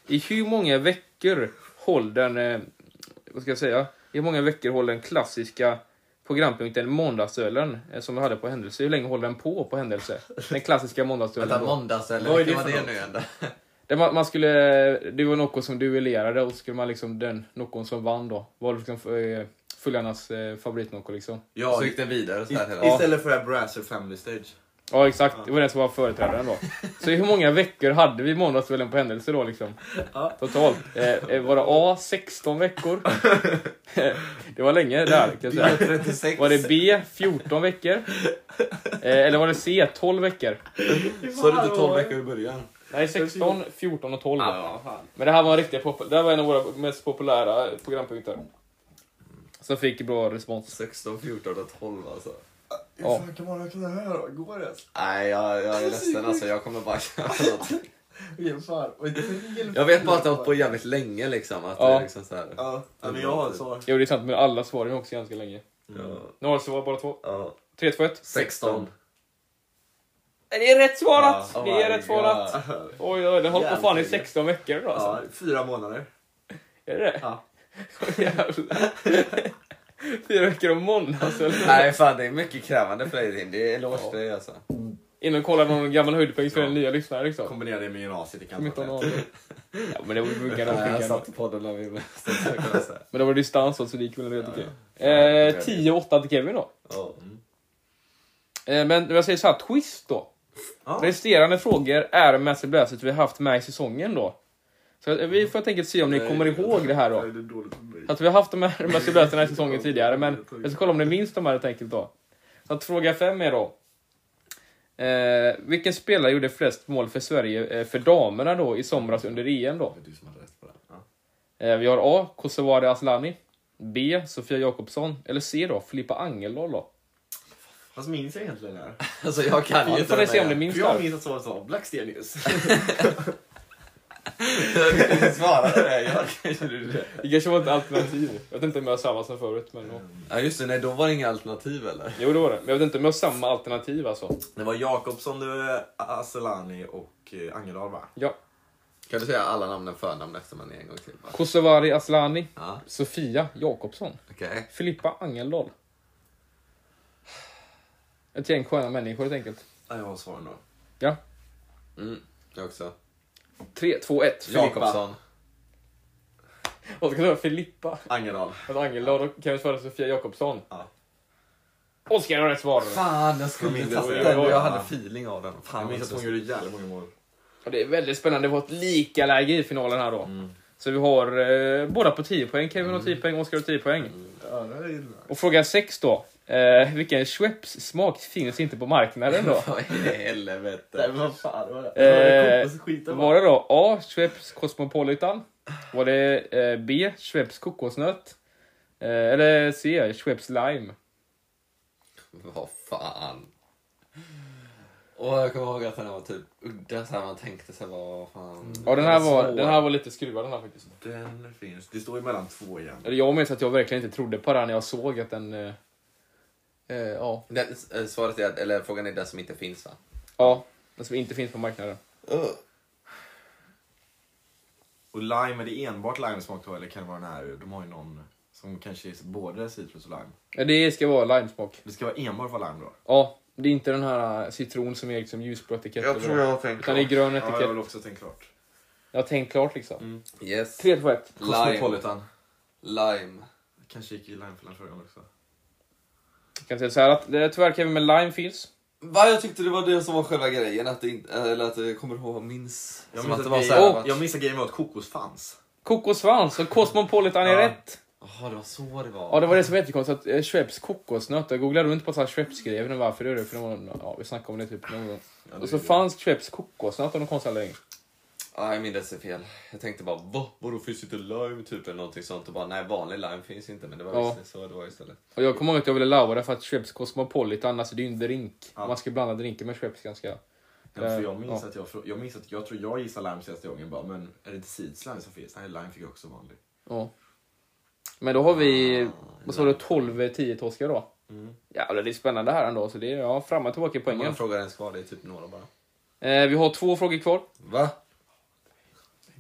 I hur många veckor håller den... vad ska jag säga? I hur många veckor håller den klassiska programpunkten Måndagsölen som vi hade på händelse? Hur länge håller den på händelse? Den klassiska Måndagsölen. Vänta, Måndagsölen, vilken var det nu ändå? Man skulle, det var något som duellerade och skulle man liksom den någon som vann då var liksom följarnas favoritnocko liksom. Ja, så gick den vidare så här istället för Brasser Family Stage. Ja, exakt. Det var den som var företrädaren då. Så hur många veckor hade vi Måndagsölen på händelse då liksom? Totalt. Var det A 16 veckor? Det var länge där kan jag säga. 36. Var det B 14 veckor? Eller var det C 12 veckor? Så det inte 12 veckor i början? Nej, 16, 14 och 12. Men det här var en riktigt det här var en av våra mest populära programpunkter. Som fick bra respons. 16, 14 och 12 alltså. Hur fan kan man räkna det här då? Går det? Nej, jag är ledsen alltså. Jag kommer bara köra något. Fan. Jag vet bara att det har hållit på jävligt länge liksom. Att det är liksom så här. Ja, men jag har svar. Jo, det är sant, men alla svaren också ganska länge. Nu har svar bara 2. 3, 2, 1. 16. Det är rätt svarat! Ja, det är rätt svarat. Oj, det håller på fan i 16 veckor då. Ja, 4 månader. Är det? Ja. 4 veckor om måndag. Nej fan, det är mycket krävande för dig. Det är eloge för dig alltså. Innan kolla någon gammal höjdpunkt för den nya lyssnare liksom. Kombinera det med gymnasiet i kanten. Ja, men det var mycket jag satt på podden när vi men det var distans så det gick väl rätt okej. 10-8 till Kevin då. Men jag säger så här, twist då. Resterande frågor är Master Blasters vi har haft med i säsongen då. Så vi får tänka se om ni kommer ihåg det här då. Så att vi har haft de här Master Blasters i säsongen tidigare, men jag ska kolla om ni minns de här helt enkelt då. Så att fråga 5 är då. Vilken spelare gjorde flest mål för Sverige för damerna då i somras under EM då? Du som hade rätt på det. Vi har A. Kosovare Aslani, B. Sofia Jakobsson eller C då Filippa Angeldal då. Fast minns jag egentligen här. Alltså jag kan ju inte det. Se om det minns för jag minns att svaret var Blackstenius. Du svarade det. Det kanske var ett alternativ. Jag vet inte om jag har samma som förut. Men ja just det, nej då var det inga alternativ eller? Jo det var det, men jag vet inte om jag har samma alternativ alltså. Det var Jakobsson, Aselani och Angeldal va? Ja. Kan du säga alla namnen förnamn efter man en gång till? Kosovare Aslani, ja. Sofia Jakobsson, Filippa Angeldal. Ett gäng sköna människor helt enkelt. Ja, jag har svaren då. Ja. Jag också. 3, 2, 1. Jakobsson. Vad ska du säga? Filippa Angeldal. Angeldal och kan vi svara Sofia Jakobsson. Ja. Oskar har rätt svar. Fan, jag skulle inte testa den. Jag hade feeling av den. Fan, jag minns att hon gjorde jävligt många mål. Och det är väldigt spännande. Det var ett lika läge i finalen här då. Så vi har båda på 10 poäng. Kevin har 10 poäng, Oskar har 10 poäng. Ja, det är och fråga 6 då. Vilken Schweppes-smak finns inte på marknaden då? Vad i helvete? Nej, vad fan var det? Var det då A. Schweppes Cosmopolitan? Var det B. Schweppes kokosnöt? Eller C. Schweppes lime? Vad fan? Och jag kommer ihåg att den var typ udda så här man tänkte sig vad fan. Ja, den här var lite skruvad den här faktiskt. Den finns. Det står ju mellan 2 igen. Eller jag minns att jag verkligen inte trodde på den när jag såg att den ja. Svaret är eller frågan är den som inte finns va? Ja, den som inte finns på marknaden. Och lime, är det enbart limesmak då eller kan det vara den här? De har ju någon som kanske är både citrus och lime. Ja, det ska vara limesmak. Det ska vara enbart vara lime då? Ja, det är inte den här citron som är liksom ljus på etikett. Jag tror jag har tänkt klart. Utan det är grön etikett. Ja, jag vill också tänka klart. Jag har tänkt klart liksom. Yes. 3, 2, 1. Cosmopolitan. Lime. Kanske gick i lime för den frågan också. Jag kan säga så här att tyvärr Kevin med lime finns. Va, jag tyckte det var det som var själva grejen. Att det inte, eller att jag kommer ihåg minns. Jag minns att grejen var att kokos fanns. Kokosvans och Cosmopolitan är rätt. Jaha, det var så det var. Ja, det var det som var jättekonstigt. Att Schweppes kokosnöt. Jag googlade runt på så här Schweppes-grejer. Varför det är det? För det var, vi snackade om det typ någon gång. Och så fanns Schweppes kokosnöt av någon konstig anledning. Ja, jag minns det fel. Jag tänkte bara, vadå finns inte lime typ eller någonting sånt. Och bara, nej vanlig lime finns inte. Men det var visst så det var istället. Och jag kommer ihåg att jag ville laua det för att Schweppes Cosmopolitan, alltså det är ju en drink. Man ska blanda drinken med Schweppes ganska. Ja, för jag minns att jag tror jag gissade lime senaste gången bara, men är det inte sidslime som finns? Nej, lime fick jag också vanlig. Ja. Men då har vi, vad sa du, 12-10 Oskar då? Ja, det är spännande här ändå, så det är fram och tillbaka i poängen. Man frågar ens kvar, det är typ några bara. Vi har 2 frågor kvar. Va?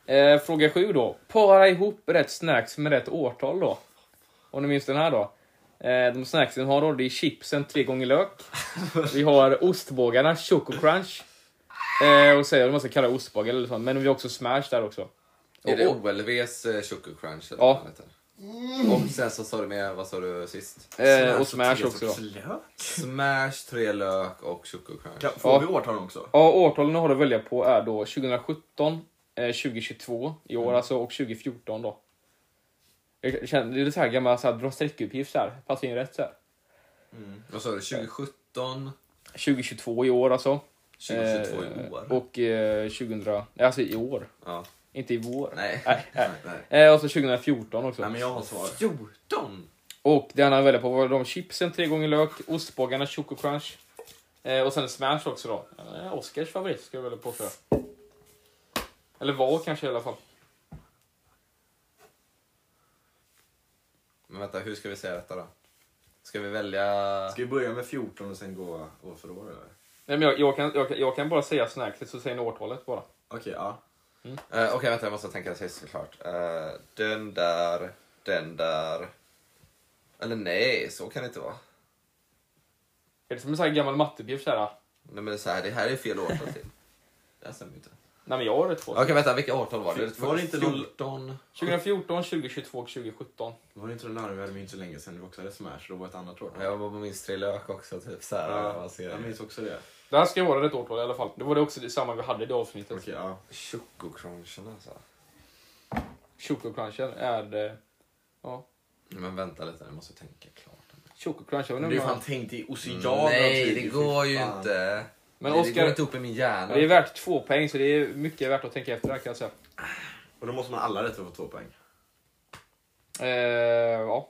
Fråga 7 då. Para ihop rätt snacks med rätt årtal då. Om ni minns den här då. De snacksen har då, det är chipsen 3 gånger lök. Vi har ostbågarna, Choco Crunch. Och säger, man ska kalla det ostbågar eller så. Men vi har också Smash där också. Är det OLVs Choco Crunch? Eller ja. Och sen så sa du med, vad sa du sist? Och Smash också. Smash, 3 lök och Choco Crunch. Får vi årtalen också? Ja, årtalen har du att välja på är då 2017, 2022 i år alltså, och 2014 då. Jag känner, det är så här gamla så här, dra sträckuppgift så här. Passar in rätt så här. Vad sa du? 2017? 2022 i år alltså. 2022 i år? Och 2000, alltså i år. Ja. Inte i vår. Nej. Och så 2014 också. Nej, men jag har svar. 14? Och det han har välja på var de chipsen 3 gånger lök, ostbågarna, Choco Crunch. Och sen Smash också då. Oscars favorit ska jag välja på för. Eller var kanske i alla fall. Men vänta, hur ska vi säga detta då? Ska vi välja... Ska vi börja med 14 och sen gå år för år eller? Nej, men jag kan bara säga snacket så säger ni årtalet bara. Okej, ja. Okej, vänta, jag måste tänka sist såklart. Den där... Eller nej, så kan det inte vara. Är det som en sån här gammal matteuppgift så här? Nej, men det här är fel årtal till. Det här stämmer inte. Nej, men jag har rätt på. Okej, vänta, vilka årtal var det? Var det inte 14? 2014, 2022 och 2017. Var det inte någon larv vi hade minst så länge sedan vi också hade Smash? Då var ett annat år. Jag var minst 3 lök också, typ så här. Ja, jag minns också det. Det här ska vara rätt årtal i alla fall. Det var det också det samma vi hade i det avsnittet. Okej, ja. Choco Crunchen alltså. Choco Crunchen är det... Ja. Men vänta lite, jag måste tänka klart. Choco Crunchen. Men det är fan tänkt i oceaner. Nej, det går ju inte. Men det Oscar, går inte upp i min hjärna. det är värt 2 poäng så det är mycket värt att tänka efter här kan jag säga. Och då måste man alla rätt för att få 2 poäng. Ja.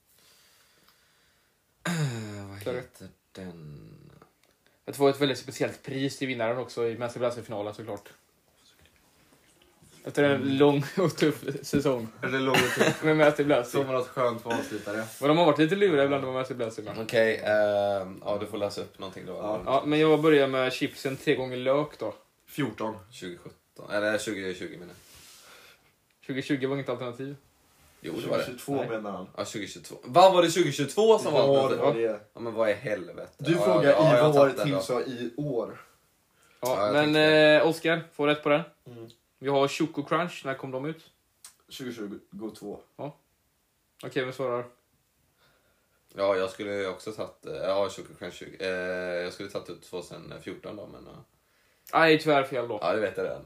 Vad heter den? Det var ett väldigt speciellt pris till vinnaren också i Mäster Blaster-finalen såklart. Efter en lång och tuff säsong. Eller lång och tuff. Med Mäster Blaster. Som var något skönt för avslutare. Och de har varit lite luriga ibland med Mäster Blaster ibland. Okej, ja du får läsa upp någonting då. Ja, men jag börjar med chipsen 3 gånger lök då. 14. 2017. Eller 2020 menar jag. 2020 var inget alternativ. Jo, det var det. 2022 menar han. Ja, 2022. Vad var det 2022 som var Ja, det? det var det. Ja, men vad är helvete? Du ja, frågar ja, i jag vår tappade till då. så i år. Ja, jag men Oscar får rätt på den. Mm. Vi har Choco Crunch. När kom de ut? 2022. Okej, vem svarar? Ja, jag skulle också tagit... Ja, Choco Crunch 20. Jag skulle tagit ut 2014 då, men... Nej, tyvärr fel då. Ja, det vet jag redan.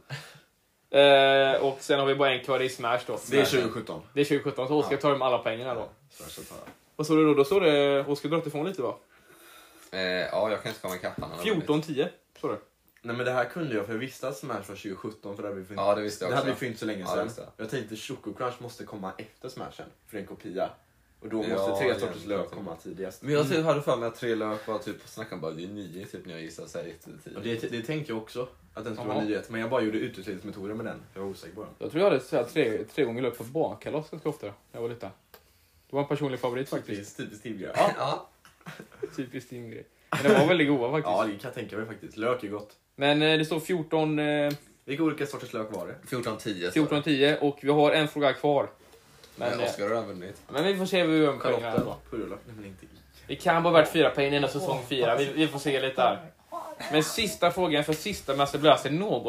Och sen har vi bara en kvar i Smash då. Det är 2017. Det är 2017, så Oskar tar med alla pengarna då. Så tar jag. Vad står det då? Då står det... Oskar drar ifrån lite va? Ja, jag kan inte komma ikapp honom. 14-10, står det. Nej, men det här kunde jag för jag visste att Smash var 2017 för det hade vi för Ja, det visste jag det också. hade vi för inte så länge Ja, sedan. det visste jag. Jag tänkte Choco Crunch måste komma efter Smashen för det är en kopia. Och då Ja, måste 3 sorters egentligen. lök komma tidigast. Men jag typ hade för mig att 3 lök var typ... Snackade bara, det är 9 typ när jag gissade så här jättetidigt. Och det tänkte jag också. Att den skulle Jaha. vara nyhet. Men jag bara gjorde utvecklingsmetoder med den. Jag var osäker på den. Jag tror jag hade så här 3 gånger lök på bakkalas ganska ofta. Jag var lite. Det var en personlig favorit faktiskt. Typiskt Tim-grej. Ja. Typiskt din grej. Men det var väldigt goda faktiskt. Ja, det kan jag tänka mig faktiskt. Lök är gott. Men det står 14... Vilka olika sorters lök var det? 14-10. 14-10 och vi har en fråga kvar. Men Men, Oscar har redan vunnit. men vi får se hur vi gör med pengarna Kalotten. då. Purjolök. Nej, men inte i. Det kan vara värt 4 poäng innan säsong 4. Vi får se lite här. Men sista frågan för sista Mäster Blaster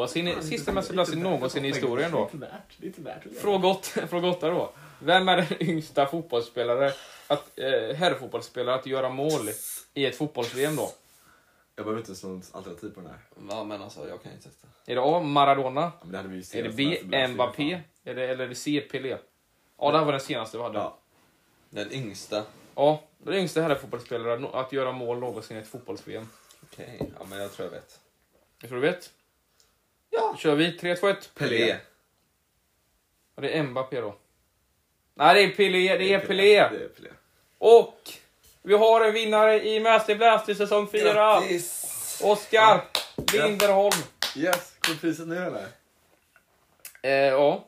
någonsin i historien då. Det är inte värt. Fråga 8 då. Vem är den yngsta fotbollsspelare herrfotbollsspelare att göra mål i ett fotbolls-VM då? Jag behöver inte sånt alternativ på den här. Ja, men alltså, jag kan inte testa. Är det A. Maradona? Ja, men det hade vi ju Är det senast B. Mäster Blaster, Mbappé? Eller är det C. Pelé? Ja, det här var den senaste vi hade. Ja. Den yngsta. Ja, den yngsta herrfotbollsspelare att göra mål någonsin i ett fotbolls-VM. Okej, ja men jag tror jag vet. Jag tror du vet? Ja. Kör vi 3, 2, 1. Pelé. Och det är Mbappé då. Nej, det är Pelé. Det är Pelé. Det är Pelé. Och vi har en vinnare i Mäster Blaster säsong 4. Grattis! Oskar Linderholm. Yes, kommer priset nu eller? Ja.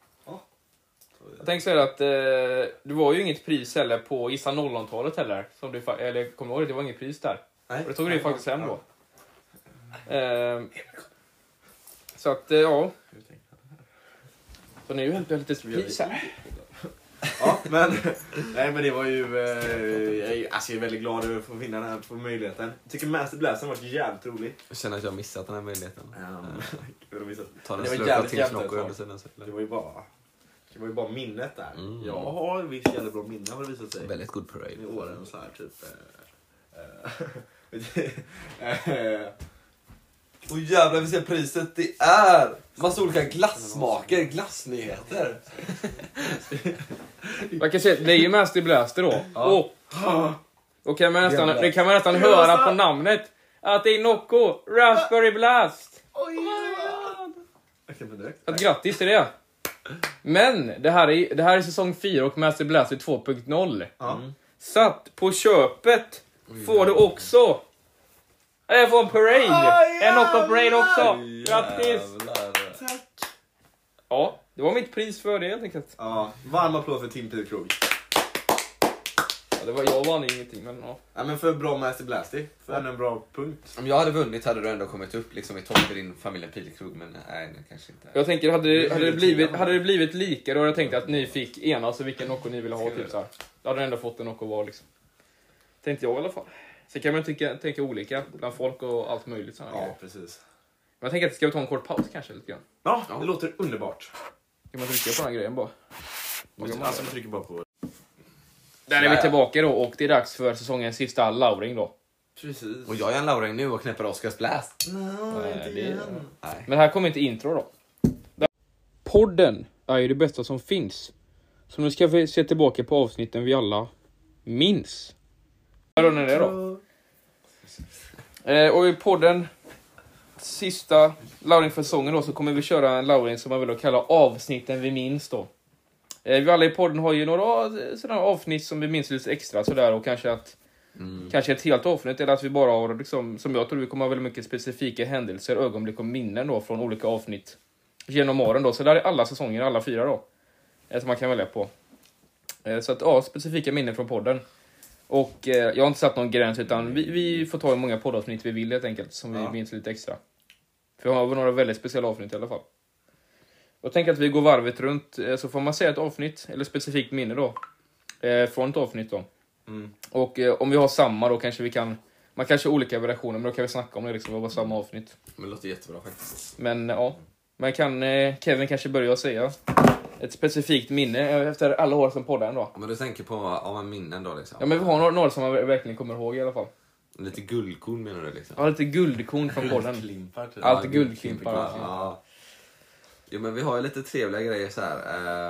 Jag tänkte säga att det var ju inget pris heller på Gissa 00-talet heller. Som du, eller kommer du ihåg det? Det var inget pris där. Nej. Och det tog du faktiskt hem då. Så att, ja. Och nu hämtar jag lite spris här. Ja, men det var ju jag är väldigt glad över att få vinna den här på möjligheten. Jag tycker Master Blaster har varit jävligt rolig. Jag känner att jag har missat den här möjligheten. Ta den slurk av Team Snocko under sidan. Det var ju bara minnet där. Jag har visst jävligt bra minne har det visat sig. Väldigt god parade. I åren och så här typ. Och jävlar, vi ser priset. Det är massa olika glassmaker, glassnyheter. Man kan säga, det är ju Master Blaster då. Och kan man nästan höra på namnet att det är Nocco Raspberry Blast. Att grattis till det. Men det här är säsong 4 och Master Blaster 2.0. Så att på köpet får du också jag får en parade. En Nocco parade också. Grattis. Tack. Ja, det var mitt pris för det helt enkelt. Ja, varm applåd för Team Pilkrog. Ja, jag vann ingenting, men ja. Ja, men för bra Master Blasty. För en bra punkt. Om jag hade vunnit hade du ändå kommit upp liksom i topp för din familjen Pilkrog, men nej, kanske inte. Jag tänker, hade det blivit lika, då hade jag tänkt att ni fick enas och vilken Nocco ni ville ha, typ så här. Då hade ni ändå fått en Nocco var liksom. Tänkte jag i alla fall. Så kan man tänka olika bland folk och allt möjligt sådana grejer. Precis. Men jag tänker att ska vi ta en kort paus kanske lite grann. Ja, det låter underbart. Kan man trycka på den här grejen bara? Man trycker bara på. Där är vi tillbaka då och det är dags för säsongens sista lauring då. Precis. Och jag är en lauring nu och knäpper Oscars Blast. Nej. Men här kommer inte intro då. Podden är ju det bästa som finns. Så nu ska vi se tillbaka på avsnitten vi alla minns. Vad är det då? Och i podden sista lauring för säsongen då så kommer vi köra en lauring som man vill kalla avsnitten vi minns då. Vi alla i podden har ju några sådana avsnitt som vi minns lite extra sådär och kanske att kanske ett helt avsnitt eller att vi bara har liksom, som jag tror vi kommer ha väldigt mycket specifika händelser, ögonblick och minnen då från olika avsnitt genom åren då. Så där är alla säsonger, alla 4 då. Som man kan välja på. Så att ja, specifika minnen från podden. Och jag har inte satt någon gräns utan vi får ta hur många poddavsnitt vi vill helt enkelt som vi minns lite extra. För vi har några väldigt speciella avsnitt i alla fall. Jag tänker att vi går varvet runt så får man säga ett avsnitt eller specifikt minne då. Från ett avsnitt då. Och om vi har samma då kanske vi kan, man kanske har olika variationer men då kan vi snacka om det liksom vad var samma avsnitt. Men det låter jättebra faktiskt. Men ja, man kan Kevin kanske börja säga ett specifikt minne efter alla år som podden då. Men du tänker på minnen då liksom. Ja men vi har några som man verkligen kommer ihåg i alla fall. Lite guldkorn menar du liksom? Ja, lite guldkorn från podden. Guldklimpar typ. Allt guldklimpar. Ja. Jo men vi har ju lite trevliga grejer så här.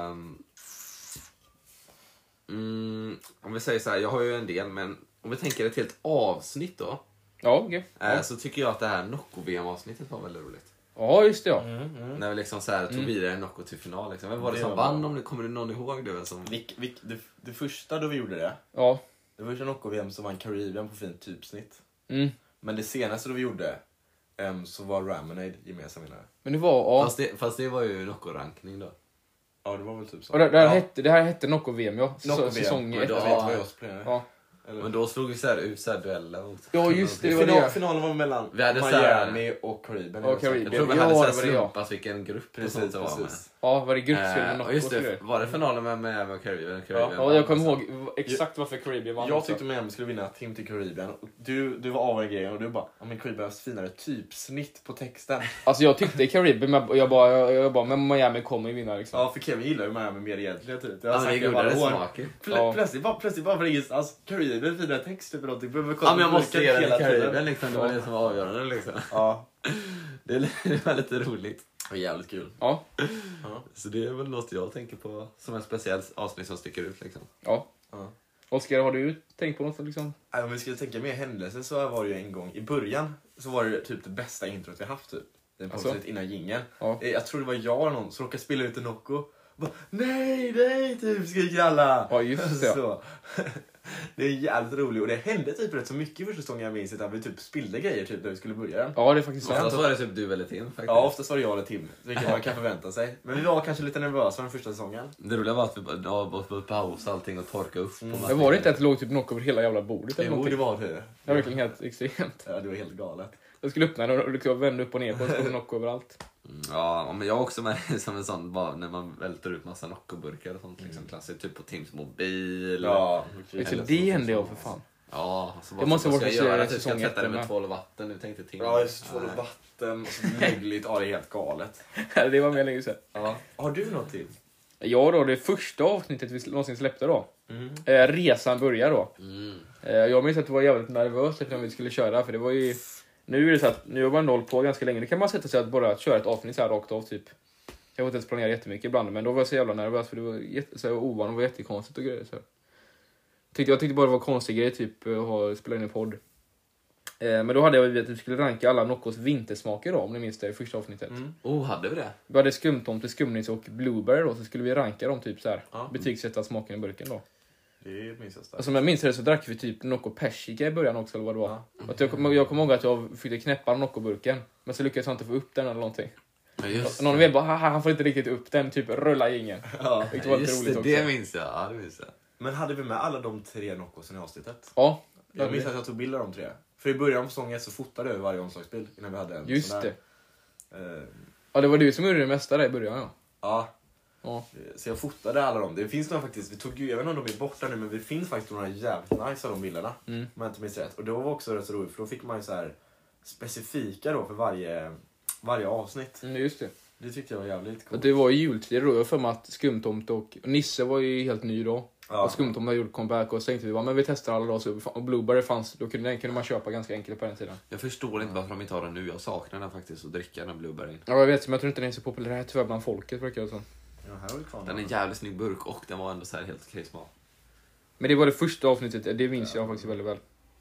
Om vi säger så här, jag har ju en del men om vi tänker ett helt avsnitt då. Ja, okej. Så tycker jag att det här Nocco-VM-avsnittet var väldigt roligt. Ja, just det ja. När vi liksom så här tog vidare Nocco till final liksom. Vem var det som vann om det kommer du någon ihåg det som Det första då vi gjorde det. Ja. Det första Nocco-VM som vann Caribbean på fint typsnitt. Men det senaste då vi gjorde så var Ramonade gemensam vinnare. Men det var fast det var ju Nocco-rankning då. Ja, det var väl typ så. Och det här hette Nocco-VM, ja. Säsong 1. Ja. Men då slog vi så här ut så här dueller mot. Ja, just det. Finalen var mellan Miami och Caribbean. Jag tror vi hade så här slumpat vilken grupp precis. Ja, var det gruppspel med Nocco? Just det, var det finalen med Miami och Caribbean? Ja, jag kommer ihåg exakt varför Caribbean vann. Jag tyckte Miami skulle vinna Team till Caribbean. Du var av en grej och du bara, men Caribbeans finare typsnitt på texten. Alltså jag tyckte Caribbean, men jag bara, men Miami kommer ju vinna liksom. Ja, för Kevin gillar ju Miami mer egentligen typ. Jag gjorde det smaken. Plötsligt bara för ingenstans. Caribbean fina text typ någonting. Ja, men jag måste ge det Caribbean liksom. Det var det som var avgörande liksom. Ja. Det var lite roligt. Och jävligt kul. Ja. Så det är väl något jag tänker på som en speciell avsnitt som sticker ut liksom. Ja. Oskar, har du tänkt på något liksom? Om vi skulle tänka mer händelser så var det ju en gång i början så var det typ det bästa introt vi haft typ. Den avsnitt innan jingeln. Ja. Jag tror det var jag eller någon som råkade spela ut en Nocco. Bara, nej, typ skriker alla. Ja, just det. Så. Det är jävligt roligt och det hände typ rätt så mycket i första säsongen jag minns att vi typ spillde grejer typ när vi skulle börja den. Ja, det är faktiskt sant. Oftast var det typ du eller Tim faktiskt. Ja, oftast var det jag eller Tim, vilket man kan förvänta sig. Men vi var kanske lite nervösa den första säsongen. Det roliga var att vi var pausa allting och torka upp. Men var det inte att det låg typ Nocco över hela jävla bordet eller någonting? Jo, det var det. Det var verkligen helt extremt. Ja, det var helt galet. Jag skulle öppna den och liksom vända upp och ner på och stå Nocco överallt. Ja, men jag är också med som en sån, bara när man välter ut massa Nocco-burkar och sånt. Liksom, klassiskt, typ på Tims mobil. Ja, det hände jag för fan. Ja, så det måste vara göra typ, ska tvätta det med tvål och vatten. Nu tänkte Tim. Ja, just tvål och vatten. Mögligt. Ja, det är helt galet. Det var mer länge sedan. Ja. Har du något till? Ja då, det första avsnittet vi någonsin släppte då. Resan börjar då. Jag minns att det var jävligt nervöst efter att vi skulle köra. För det var ju... Nu är det så att nu har man hållit på ganska länge. Det kan man sätta sig att bara köra ett avsnitt så här rakt av typ. Jag har inte ens planerat jättemycket ibland. Men då var jag så jävla nervös för det var så ovan och var jättekonstigt och grejer så här. Jag tyckte bara det var konstig grej typ att spela in en podd. Men då hade jag att vi skulle ranka alla Noccos vintersmaker då, om ni minns det i första avsnittet. Hade vi det? Vi hade skumtomte, skumnis och blueberry då, så skulle vi ranka dem typ så här. Betygsätta smaken i burken då. Det minns jag starkt. Alltså, om jag minns det så drack vi typ Nocco persika i början också eller vad det var. Att jag kommer ihåg att jag fick knäppa Nocco-burken, men så lyckades jag inte få upp den eller någonting. Ja, just någon vill bara, han får inte riktigt upp den, typ rulla i ingen. Ja, det var just roligt det minns jag. Ja, det minns jag. Men hade vi med alla de 3 Noccosen i avsnittet? Ja. Jag minns att jag tog bilder av de 3. För i början på säsongen så fotade jag varje omslagsbild innan vi hade en just sån där. Det. Ja, det var du som gjorde det mesta där i början, ja. Så jag fotade alla dem. Det finns några faktiskt, vi tog ju, jag vet inte om de är borta nu, men det finns faktiskt några jävligt nice av de bilderna. Om jag inte minns rätt. Och det var också rätt så roligt, för då fick man ju så här specifika då för varje avsnitt. Just det. Det tyckte jag var jävligt coolt. Det var ju jultid då, jag för mig att Skumtomte och Nisse var ju helt ny då. Ja. Och Skumtomte hade gjort comeback och så tänkte vi men vi testar alla då. Och Blueberry fanns, då kunde man köpa ganska enkelt på den tiden. Jag förstår inte varför de inte har den nu. Jag saknar den faktiskt, att dricka den Blueberry. Ja, jag vet, men jag tror inte den är så populär tyvärr bland folket. Verkar det så. Ja, här är kvar. Den är en jävligt snygg burk och den var ändå så här helt okej smak. Men det var det första avsnittet, det minns jag faktiskt väldigt väl.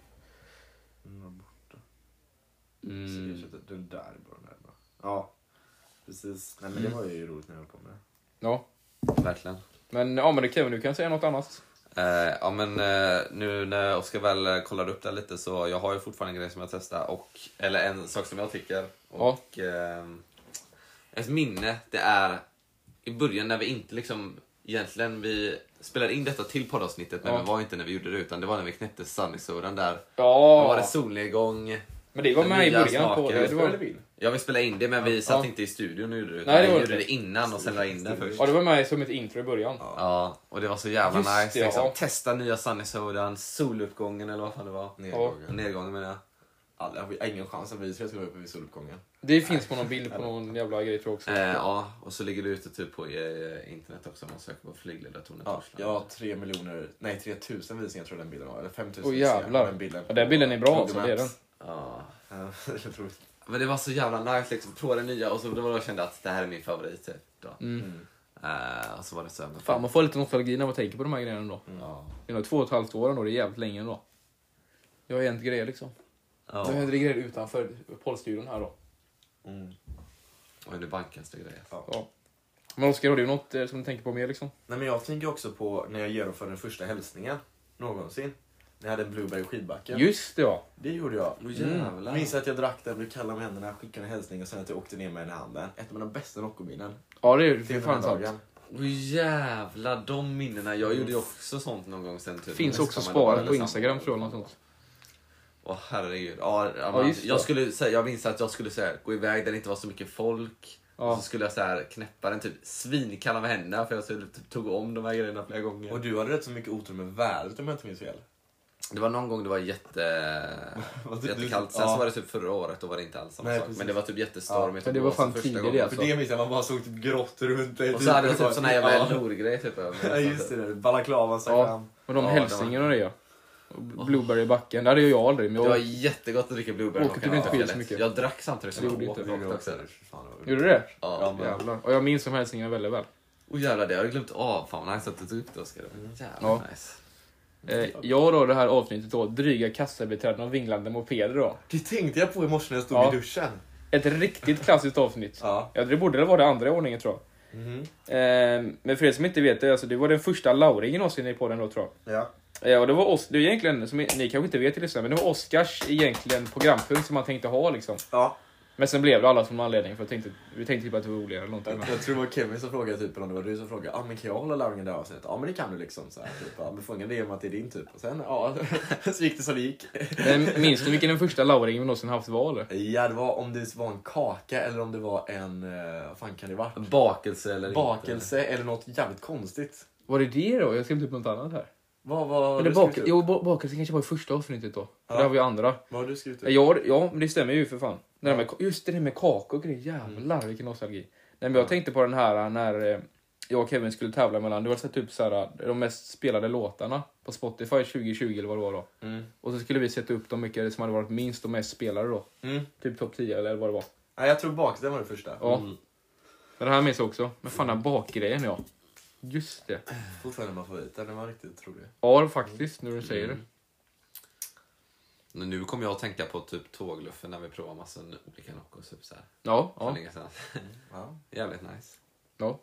Den där bara. Ja, precis. Nej, men det var ju roligt när jag kom med. Ja. Verkligen. Men ja, men det Kevin, du kan säga något annat. Ja, men nu när Oskar väl kollar upp det lite så jag har ju fortfarande en grej som jag testar eller en sak som jag tycker och ett minne, det är i början när vi inte liksom egentligen vi spelade in detta till poddavsnittet, men det var inte när vi gjorde det utan det var när vi knäppte Sunny Sodan där. Ja. Då var det solnedgång. Men det var med i början på det var vi. Ja, vi spelade in det, men vi satt inte i studion och gjorde det. Nej, vi gjorde det innan och sen la in det först. Ja, det var med som ett intro i början. Ja, och det var så jävla nice. Det, liksom. Testa nya Sunny Sodan, soluppgången eller vad fan det var. Nedgången menar jag. Jag har ingen chans att vi ska vara uppe vid soluppgången. Det finns på någon bild på någon jävla grej tror jag också. Ja, och så ligger det ute typ på internet också om man söker på flygledartornet. Ja, 3000 visningar tror jag den bilden var. Eller 5000 visningar. Jävlar. Den bilden är bra också, det är den. Ja. Men det var så jävla nice liksom, prova det nya och så då jag kände att det här är min favorit typ då. Och så var det så här. Fan, man får lite nostalgi när man tänker på de här grejerna då. Det är nog 2,5 år då, det är jävligt länge ändå. Jag har hänt grejer liksom. Jag har hänt grejer utanför poddstudion här då. Och det bankaste grejer. Ja. Men Oskar, har du något som du tänker på mer liksom? Nej, men jag tänker också på när jag genomförde den första hälsningen någonsin. När jag hade en Blueberry skidbacken. Just det, ja. Det gjorde jag. Minns att jag drack den, blev kall med händerna, skickade en hälsning och sen att jag åkte ner med den i handen. Ett av mina bästa Nocco-minnen. Ja, det är fan sant. Jävlar, de minnena. Jag gjorde ju också sånt någon gång sen. Typ. Finns också sparat på Instagram tror jag. Något sånt. Herregud. Jag minns att jag skulle gå iväg där det inte var så mycket folk. Och så skulle jag så här knäppa den typ svinkalla med händerna för jag tog om de här grejerna flera gånger. Och du hade rätt så mycket otur med vädret om jag inte minns fel. Det var någon gång det var jättekallt. Sen så var det typ förra året, då var det inte alls samma sak. Men det var typ jättestormigt. Men det var fan tidigare alltså. För det minns jag, man bara såg typ grått runt det. Och så hade det typ sån här jävla lorgrej typ. Ja, just det. Balaklavan så fram. Och de hälsningarna och det. Blueberry i backen, det hade jag aldrig. Men det var jättegott att dricka blueberry. Åkte inte skit så mycket. Jag drack samtidigt som jag åkte också. Gjorde du det? Ja, jävlar. Och jag minns de hälsningarna väldigt väl. Jävlar, det har jag glömt av. Fan, nice att du tog upp det, Oskar. Jävlar nice. Jag då det här avsnittet då, dryga kassabiträden och vinglande mopeder då. Det tänkte jag på i morse när jag stod i duschen. Ett riktigt klassiskt avsnitt. Ja, det borde vara det andra i ordningen tror jag. Men för er som inte vet det, alltså, det var den första lauringen någonsin på den då tror jag. Ja. Och det var det är egentligen, som ni kanske inte vet till exempel, men det var Oskars egentligen programpunkt som man tänkte ha liksom. Ja. Men sen blev det alla som anledning för vi tänkte typ att det var roligare eller någonting. Jag tror det var Kevin som frågade typ, eller om det var du som frågade, men kan jag hålla larvingen där avsnittet? Ja men det kan du liksom så här, typ, men få ingen idé om att det är din typ. Och sen så gick det som det gick. Minns du vilken den första lauringen vi någonsin haft var eller? Ja, det var om det var en kaka eller om det var en, vad fan kan det vara? Bakelse eller något jävligt konstigt. Var det då? Jag skrev typ något annat här. Vad bakelse kanske var i första avsnittet då. Ja. Det har vi andra. Vad har du skrivit? Ja, men det stämmer ju för fan. Just det med kakor och grejer. Jävlar vilken nostalgi. Nej, men jag tänkte på den här när jag och Kevin skulle tävla mellan. Det var sett upp så här, de mest spelade låtarna på Spotify 2020 eller vad det var då. Och så skulle vi sätta upp de mycket som hade varit minst och mest spelade då. Typ topp 10 eller vad det var. Nej, jag tror bakelse var det första. Ja. Men det här minns jag också. Men fan den bakgrejen ja. Just det. Fortfarande man favorit. Den var riktigt rolig. Ja, faktiskt när du säger det. Men nu kommer jag att tänka på typ tågluffen när vi provar massa olika Noccos typ så här. Ja. Ja. Jävligt nice. Ja.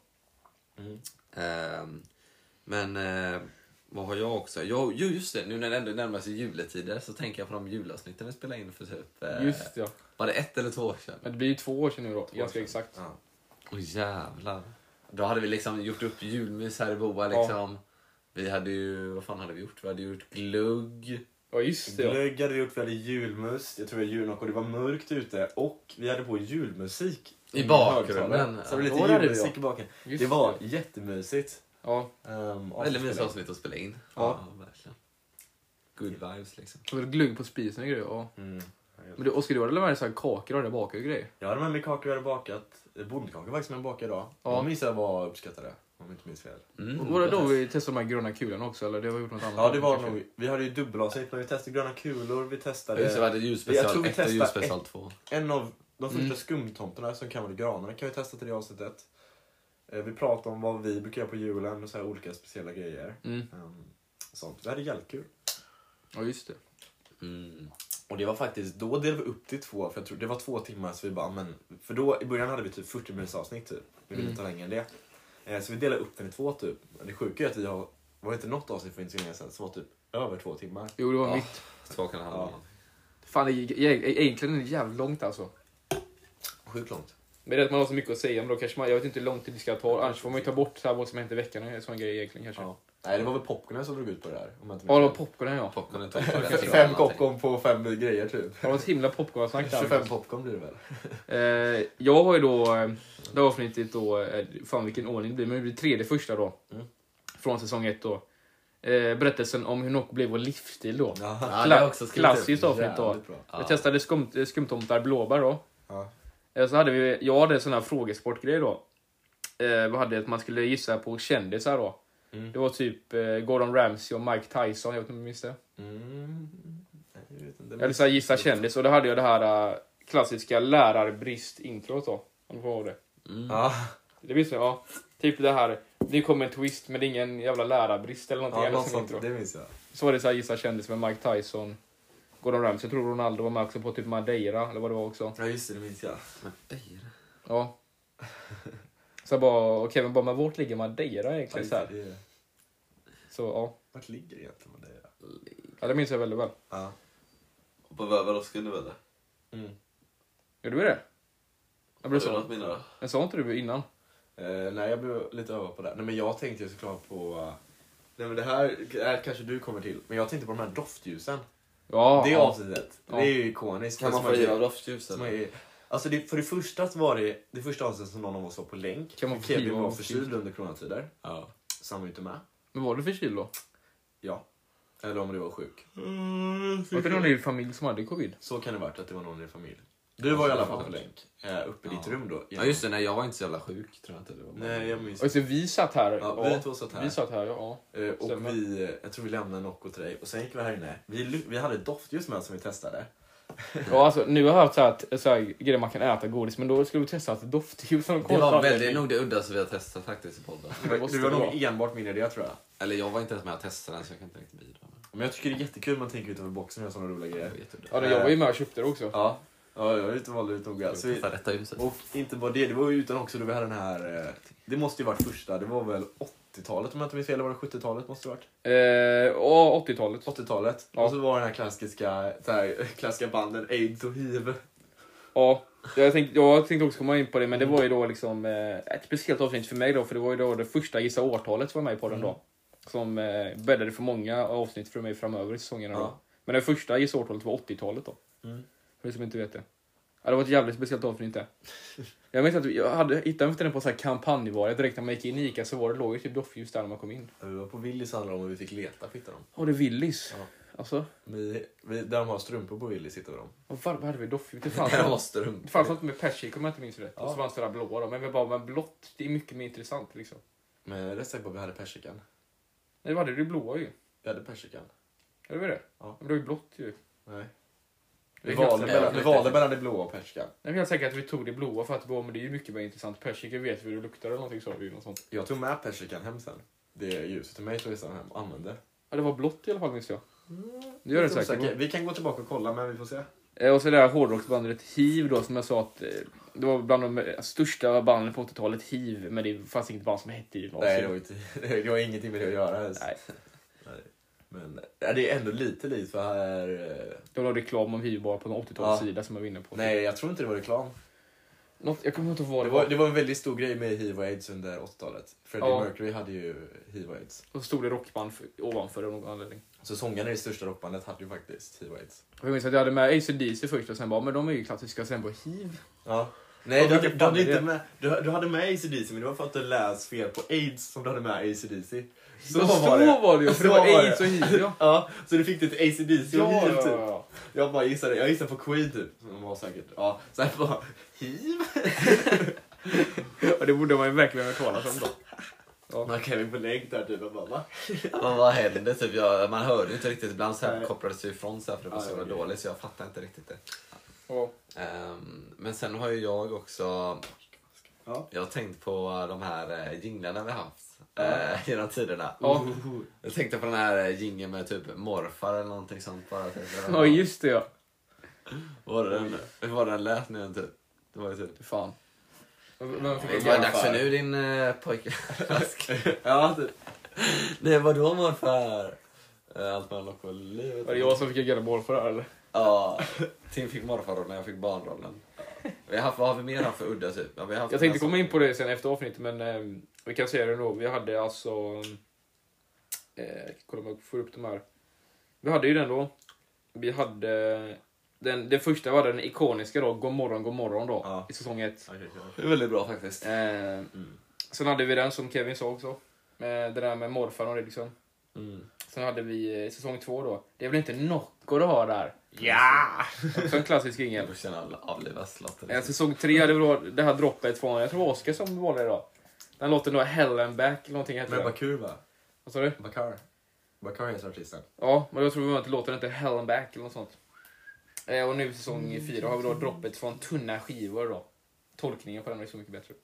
Men vad har jag också? Jo, just det. Nu när det ändå närmar sig juletider så tänker jag på de julavsnitten vi spelade in för typ... Just ja. Var det 1 eller 2 år sedan? Men det blir ju 2 år sedan nu då. Ganska exakt. Ja. Jävlar. Då hade vi liksom gjort upp julmys här i Boa liksom. Ja. Vi hade ju... Vad fan hade vi gjort? Vi hade gjort glugg. Ja, just det. Glögg hade vi gjort, vi hade julmust. Jag tror det var julnock och det var mörkt ute. Och vi hade på julmusik. I bakgrunden. Så det var lite julmusik i bakgrunden. Det var jättemysigt. Ja. Väldigt mysigt avsnitt att spela in. Ja, verkligen. Good vibes liksom. Och glugg på spisen och grejer, ja. Men du, Oskar, du hade väl så här kakor och det bakar och grejer? Jag hade med mig kakor jag hade bakat. Bondkakor faktiskt som jag bakade idag. Ja. De minns jag var uppskattade. Om jag inte minns fel. Var det då vi testade de här gröna kulorna också? Eller det var gjort något annat? Ja, det var nog. Vi hade ju dubbelavsnitt men vi testade gröna kulor. Vi testade... Just det, var det julspecial 1 och julspecial 2. En av de första skumtomterna som kan vara granarna kan vi testa till det avsnittet. Vi pratade om vad vi brukar göra på julen och så här olika speciella grejer. Sånt. Det hade jävligt kul. Ja, just det. Och det var faktiskt, då delade vi upp till 2, för jag tror det var 2 timmar så vi bara, men för då i början hade vi typ 40 minuters avsnitt typ. Vi ville inte ha längre än det. Så vi delade upp den i 2 typ. Det sjuka är att vi var inte något avsnitt för inte så länge sedan som var typ över 2 timmar. Jo, det var mitt. 2 kan handla om. Fan, egentligen är det jävligt långt alltså. Sjukt långt. Men det är att man har så mycket att säga, men då kanske jag vet inte hur lång tid det ska ta. Annars får man ju ta bort så här vad som hänt i veckan och sån grej egentligen kanske. Ja. Nej, det var väl popcornen som drog ut på det här. Ja, det var popcornen ja. Popcornen 5 popcorn på 5 grejer typ. Det var ett himla popcorn-snack där. 25 popcorn blir det väl. Jag har ju då, det avsnittet då, fan vilken ordning det blir, men det blir 3:e första då. Från säsong 1 då. Berättelsen om hur Nocco blev vår livsstil då. Klassiskt avsnitt då. Vi testade skumtomtar blåbär då. Så hade jag hade en sån här frågesportgrej då. Vi hade att man skulle gissa på kändisar då. Det var typ Gordon Ramsay och Mike Tyson, jag vet inte om du minns det. Jag hade så här gissa kändis och då hade jag det här klassiska lärarbrist-introt då. Om du får ihåg det. Det visste jag, ja. Typ det här, det kommer en twist men det är ingen jävla lärarbrist eller någonting. Ja, något sånt, det minns jag. Så var det så här gissa kändis med Mike Tyson, Gordon Ramsay. Jag tror Ronaldo var med också på typ Madeira eller vad det var också. Ja just det minns jag. Madeira? Ja. Så jag bara, och Kevin bara, men vart ligger Madeira egentligen? Så här. Så ja. Vart ligger egentligen Madeira? Ja, det minns jag väldigt väl. Ja. Och på Väveråsken nu eller? Gör du det? Jag blev så. Mina då? Men sa inte du innan? Nej, jag blev lite över på det. Nej, men jag tänkte ju såklart på... nej, men det här är kanske du kommer till. Men jag tänkte på de här doftljusen. Ja. Det avsnittet. Ja. Det är ju ikoniskt. Kan man få riva doftljus? Alltså för det första så var det första avsnittet som någon av oss var på länk. Kevin var förkyld under coronatider. Ja. Så han var inte med. Men var du förkyld då? Ja. Eller om du var sjuk. Var det någon i din familj som hade covid? Så kan det varit att det var någon i din familj. Du var i alla fall på länk. Uppe i ditt rum då. Ja just det, nej jag var inte så jävla sjuk tror jag inte det var. Nej jag minns. Och så vi satt här. Ja, vi två satt här. Vi satt här, ja. Och jag tror vi lämnade Nocco till dig. Och sen gick vi här inne. Vi hade doftljus med som vi testade. Ja alltså nu har jag hört så här grejer man kan äta godis. Men då skulle vi testa att doftljus. Det var väldigt nog det udda som vi har testat faktiskt i podden. Det var nog enbart min idé tror jag. Eller jag var inte ens med att testa den så jag kan inte riktigt bidra. Men jag tycker det är jättekul man tänker utanför boxen och gör sådana roliga grejer. Ja, jag var ju med och köpte det också. Ja, jag har inte valt ut noga. Och inte bara det var ju utan också då vi hade den här... Det måste ju varit första, det var väl 80-talet om jag inte minns fel, eller var det 70-talet måste det varit? 80-talet. 80-talet. Ja. Och så var den här klassiska banden AIDS och HIV. Ja, Jag tänkte också komma in på det, men det var ju då liksom ett speciellt avsnitt för mig då, för det var ju då det första Gissa årtalet som var med i podden då. Som bäddade för många avsnitt för mig framöver i säsongerna då. Men det första Gissa årtalet var 80-talet då. För er som inte vet det. Ja, det var ett jävligt speciellt avsnitt det. Jag minns att jag hade hittat den på så här kampanjvaror. Direkt när man gick in i Ica så var det låg ju typ doftljus där när man kom in. Vi var på Willys handlar om och vi fick leta och hitta dem. Det är Willys. Ja. Alltså? Där de har strumpor på Willys hittade vi dem. Och vad hade vi doftljus? Det fanns strumpor. Det fanns något med persik om jag inte minns rätt. Och så fanns det där blåa då. Men vi bara, men blått, det är mycket mer intressant liksom. Men jag är rätt säker på att vi hade persikan. Nej, det var det blåa ju. Vi hade persikan. Ja, det var det? Ja. Men det var ju blått ju. Nej. Vi valde mellan det blåa och persikan. Jag är helt säker att vi tog det blåa för att men det är ju mycket mer intressant. Persika vet vi hur det luktar eller någonting så. Något sånt. Jag tog med persikan hem sen. Det ljuset till mig tog jag sen hem och använde. Ja, det var blått i alla fall minns jag. Det gör det säkert. Vi kan gå tillbaka och kolla men vi får se. Och så det här hårdrocksbandet Hiv då som jag sa att det var bland de största banden på 80-talet Hiv. Men det fanns inget band som hette Hiv. Nej, det var ingenting med det att göra ens. Nej. Men det är ändå lite likt för här... Det var någon reklam om Hiv bara på en 80-talets sida som jag var inne på. Nej, jag tror inte det var reklam. Jag kommer inte ihåg vad det var. Det var en väldigt stor grej med Hiv och AIDS under 80-talet. Freddie Mercury hade ju Hiv och AIDS. Och så stod det rockband ovanför av någon anledning. Så sångaren i det största rockbandet hade ju faktiskt Hiv och AIDS. Jag minns att jag hade med AC/DC först och sen bara, men de är ju klassiska, sen på Hiv. Ja. Nej, du hade inte med. Du hade med AC/DC men det var för att du läst fel på AIDS som du hade med AC/DC. Så var det ju, för det var AIDS och Hiv, ja. Ja, så du fick det till AC/DC och Hiv typ. Ja. Jag gissade på Queen typ. Som var säkert. Ja, så här bara Hiv. Och det borde man ju verkligen ha talat om då. Ja. Man kan ju på länk där typ och bara va? Ja, vad hände typ? Man hörde ju inte riktigt. Ibland så här kopplades det ifrån så här för det var så dåligt så jag fattar inte riktigt det. Ja. Men sen har ju jag också... Jag har tänkt på de här jinglarna vi har haft genom tiderna. Jag tänkte på den här jingeln med typ morfar eller någonting sånt. Bara Ja, just det ja. Hur var den lät nu typ? Det var ju typ... Fan. Det var dags för nu din pojke. Ja, typ. Nej, vadå morfar? Allt mellan lock och livet. Var det jag som fick agera morfar här eller? Ja, Tim fick morfarrollen, jag fick barnrollen. Vad har vi mer haft för udda typ? Ja, jag tänkte komma in på det sen efter avsnittet, men vi kan säga det då. Vi hade alltså... kolla om jag får upp de här. Vi hade ju den då. Vi hade... Det första var den ikoniska då, God morgon då, i säsong 1. Det är väldigt bra faktiskt. Sen hade vi den som Kevin sa också. Det där med morfar och det liksom. Sen hade vi säsong 2 då. Det är väl inte Nocco du har där? Ja! Också en klassisk ringel. Säsong 3 hade vi då det här droppet från, jag tror Oscar som var det då. Den låten då Hell and Back eller någonting heter det. Men Bakur va? Vad sa du? Bakar heter artisten. Ja, men jag tror vi var inte låten inte Hell and Back eller något sånt. Och nu säsong 4 har vi då droppet från tunna skivor då. Tolkningen på den är så mycket bättre.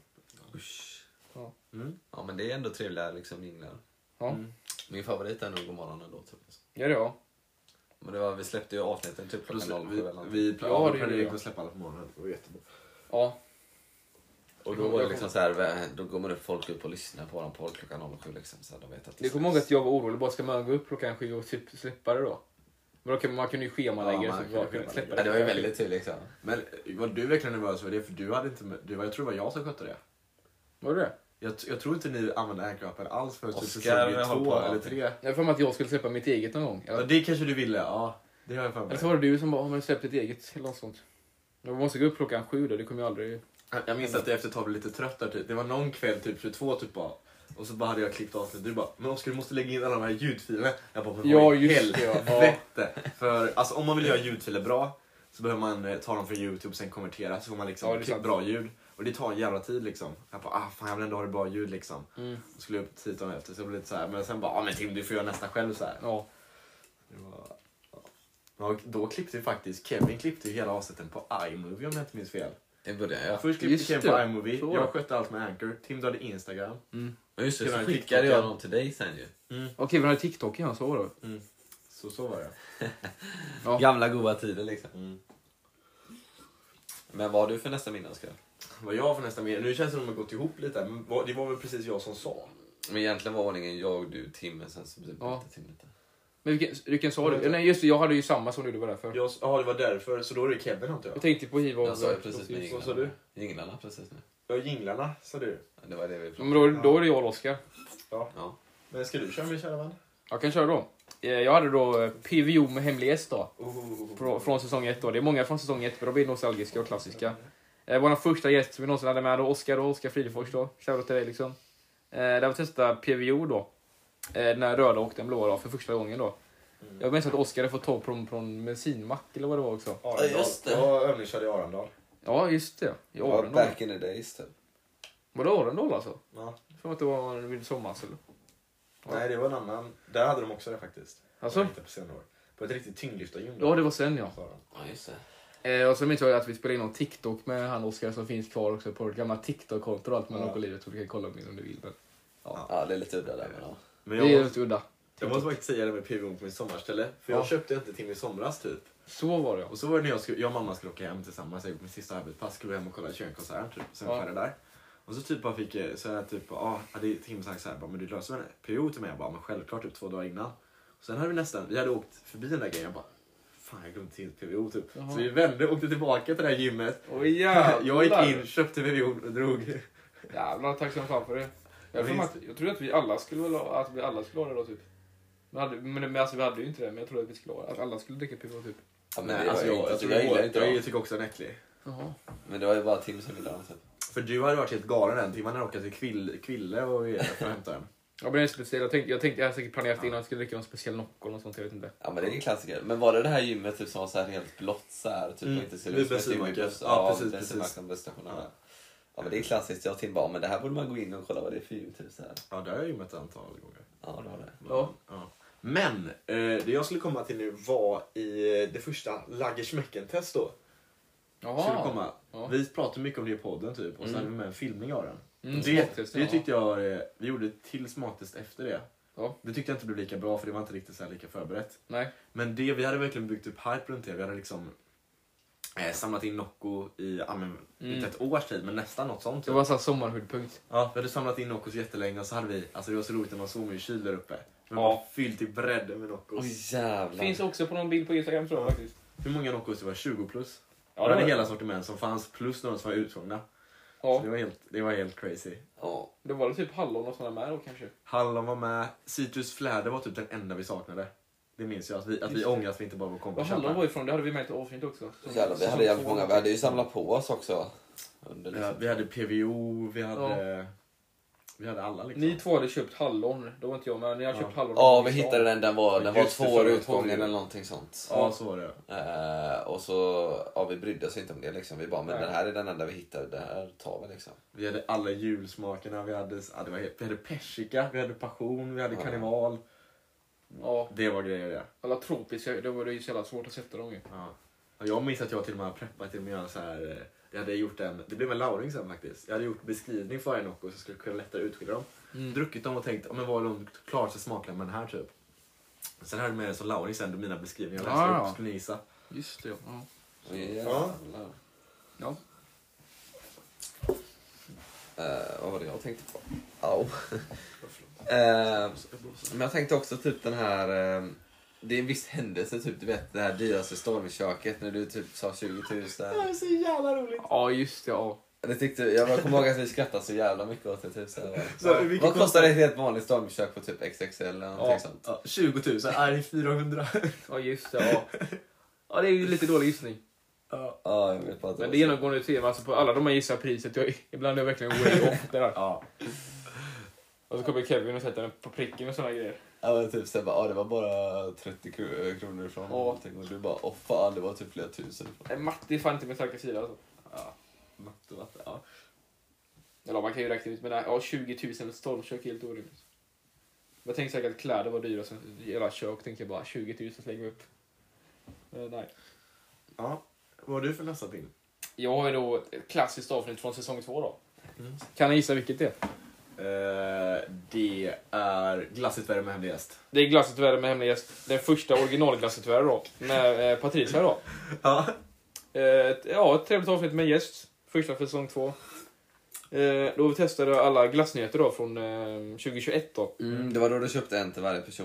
Ja. Ja, men det är ändå trevliga liksom jinglar. Ja. Min favorit är nog God morgon ändå typ. Ja, det var. Men vi släppte ju avsnitten typ klockan 07 eller Vi planerade att släppa alla på morgonen. Det var jättebra. Ja. Och då var det liksom så här, då går man upp folk upp och lyssnar på våran podd klockan 07 liksom, så de vet att det kommer ihåg att jag var orolig, bara ska man gå upp klockan 7 och typ släppa det då? Men då kan man kunde ju schemalägga så bara kunna släppa det. Det var ju väldigt tydligt liksom. Men var du verkligen nervös för det? För du hade inte jag tror det var jag som skötte det. Var det? Jag tror inte ni använde Anchor-appen alls för typ säsong 2 eller 3. Jag har för mig att jag skulle släppa mitt eget någon gång. Ja, det kanske du ville, ja. Det har jag för mig. Eller så var det du som bara, har man släppt ett eget eller något sånt. Jag måste gå upp klockan 7 då, det kommer jag aldrig... Jag minns att jag efter ett tag blev lite trött där typ. Det var någon kväll typ 22 typ bara. Och så bara hade jag klippt avsnitt. Du bara, men Oskar du måste lägga in alla de här ljudfilerna. Jag bara, men ja, just helvete. För alltså om man vill göra ljudfiler bra så behöver man ta dem från YouTube och sen konvertera. Så får man liksom bra ljud. Och det tar en jävla tid liksom. Jag bara, fan jag vill ändå ha det bra ljud liksom. Och skulle upp 10 dagar efter så det blev lite så här. Men sen bara, men Tim du får göra nästan själv så här. Ja. Det var... Ja, då klippte vi faktiskt, Kevin klippte hela avsnitten på iMovie om jag inte minns fel. Det började jag. Först klippte Kevin på iMovie, jag skötte allt med Anchor, Tim hade Instagram. Men just det, så skickade jag dem till dig sen ju. Och Kevin hade TikTok igen, så var det. Så var det. Ja. Gamla goda tider liksom. Men vad har du för nästa minne, Oskar? Vad jag har för nästa minne? Nu känns det som att de har gått ihop lite, men det var väl precis jag som sa. Men egentligen var ordningen jag, du, Tim, sen så bytte Tim lite. Men vilken sa du? Nej just det, jag hade ju samma som du, var därför. Ja, det var därför. Så då är det Kevin, antar jag. Jag tänkte på hiv och... Jag sa ju precis med Vad sa du? Jinglarna precis nu. Ja, jinglarna, sa du. Det var det vi Men då är det jag och Oskar. Ja. Men ska du köra med kära vän? Jag kan köra då. Jag hade då PVO med hemlig gäst då. Från säsong 1 då. Det är många från säsong 1, men de blir nostalgiska och klassiska. Vår första gäst som vi någonsin hade med då, Oskar Fridefors då. Shoutout till dig liksom. Där vi testade PVO då. Den här röda och den blåa då, för första gången då. Jag minns att Oskar hade fått tag från bensinmack eller vad det var också. Ja, just det. Jag övningskörde i Arendal. Ja, just det. I Arendal. Back in the days typ. Var det Arendal alltså? Ja. För att det var vid sommars eller? Ja. Nej, det var en annan. Där hade de också det faktiskt. Alltså? Inte på senare år. På ett riktigt tyngdlyftargym. Ja, det var sen ja. Ja, just det. Och så minns jag att vi spelade in någon TikTok med han Oskar som finns kvar också på ett gammalt TikTok-konto och allt med något livet. Så du kan kolla om du vill. Men, ja, det är lite udda där. Men det är lite udda. Jag måste faktiskt säga det med PVO på min sommarställe. För jag köpte inte till min somras typ. Så var det ja. Och så var det när jag och mamma skulle åka hem tillsammans. Jag gjorde min sista arbetspass. Skulle hem och kolla könkonserten typ. Sen var jag där. Och så typ bara fick jag så här typ, hade Tim sagt så här, men du löser väl en PVO till mig? Jag bara, men självklart typ 2 dagar innan. Och sen hade vi hade åkt förbi den där grejen. Jag bara, fan jag glömde till PVO typ. Jaha. Så vi vände och åkte tillbaka till det här gymmet. Jag gick in, köpte PVO och drog. Jävlar, tack så mycket för det. Jag trodde att vi alla skulle ha det då typ. Men alltså vi hade ju inte det, men jag trodde att vi skulle ha det. Att alla skulle dricka PVO typ. Ja, men nej, alltså jag tycker också den är äcklig. Jaha. Men det var ju bara Tim som ville ha den typ. För du hade varit helt galen den. Tim hade åkat till Kville och för att hämta den. Ja, men det är speciellt. Jag tänkte jag hade säkert planerat innan jag skulle dricka någon speciell Nocco eller något sånt, jag vet inte. Ja, men det är en klassiker. Men var det här gymmet typ som var så här helt blått så här typ inte ser ut som ett gym? Ja, precis. Ja, men det är klassiskt. Jag och Tim bara, men det här borde man gå in och kolla vad det är för gym typ så här. Ja, det har jag gymmet ett antal gånger. Ja, det var det. Ja. Men det jag skulle komma till nu var i det första Lagersmäcken-test då. Skulle komma. Ja. Vi pratade mycket om det i podden typ och sen hade vi med en filmning av den. Det tyckte jag, vi gjorde till smaktest efter det. Ja. Det tyckte jag inte blev lika bra för det var inte riktigt så här lika förberett. Nej. Men vi hade verkligen byggt upp hype runt det. Vi hade liksom samlat in Nocco i inte ett års tid, men nästan något sånt. Det var så här sommarhöjdpunkt. Ja, vi hade samlat in Noccos jättelänge och så hade vi, alltså det var så roligt när man såg mig i kyl där uppe. Men man fyllt i bredden med Noccos. Jävlar. Finns också på någon bild på Instagram tror jag faktiskt. Hur många Noccos det var? 20 plus. Ja, det hade hela sortiment som fanns plus några som var utgångna. Ja. Så det var helt crazy. Ja. Det var typ hallon och sådana med då kanske. Hallon var med. Citrusfläder var typ den enda vi saknade. Det minns jag att vi ångrar att vi inte bara var kompisar. Vad hallon var ifrån? Det hade vi med till avsnitt också. Jävlar, vi hade jävligt många. Vi hade ju samlat på oss också. Vi hade PVO, vi hade alla liksom. Ni två hade köpt hallon, då var inte jag med. Ni hade köpt hallon. Ja, vi hittade den var 2 år utgången eller någonting sånt. Ja, så var det. Och så, vi brydde oss inte om det liksom. Vi bara, men den här är den enda vi hittade, det här tar vi liksom. Vi hade alla julsmakerna, vi hade persika, vi hade passion, vi hade karneval. Ja. Det var grejer det. Alla tropiska, det var ju så jävla svårt att sätta dem i. Ja. Jag minns att jag till och med preppat till att göra så här. Jag hade gjort det blev en lauring sen faktiskt. Jag hade gjort beskrivning för varje Nocco så jag skulle kunna lättare utskilja dem. Druckit dem och tänkt, men vad är de klart sig smakliga med den här typ. Sen hade jag med det som lauring sen då mina beskrivningar läste upp, skulle ni gissa. Just det, ja. Vad var det jag tänkte på? Men jag tänkte också typ den här det är en viss händelse typ, du vet det här dyraste stormköket när du typ sa 20 000. Det är så jävla roligt. Ja, just det, ja. Det tyckte jag kommer ihåg att vi skrattade så jävla mycket åt det typ så vad kostar ett helt vanligt stormkök på typ XXL eller någonting sånt? Ja, 20 000, är 400. Ja, just det, ja. Ja, det är ju lite dålig gissning. Ja, jag vet bara att men det genomgående tema, alltså på alla de här gissar priset, ibland är det verkligen way off det där. Ja. Och så kommer Kevin och sätter den på pricken och såna grejer. Ja, men typ så bara, det var bara 30 kronor ifrån någonting och du bara, fan, det var typ flera tusen. Matte är fan inte med starka sida alltså. Ja, matte, ja. Eller man kan ju räkna ut med 20 000 stormkök är helt orimligt. Jag tänkte säkert att kläder var dyra, så hela kök tänkte jag bara 20 000 slänger upp. Nej. Ja, vad har du för nästa film? Jag har ju då ett klassiskt avsnitt från säsong 2 då. Kan ni gissa vilket det är? Det är Glassigt värre med hemlig gäst. Det är Glassigt värre med hemlig gäst. Den första originalglassigt värre då. Med Patricia då. Ja. Ett trevligt avsnitt med gäst. Första för säsong 2. Då vi testade alla glassnyheter då från 2021 då. Det var då du köpte en till varje person.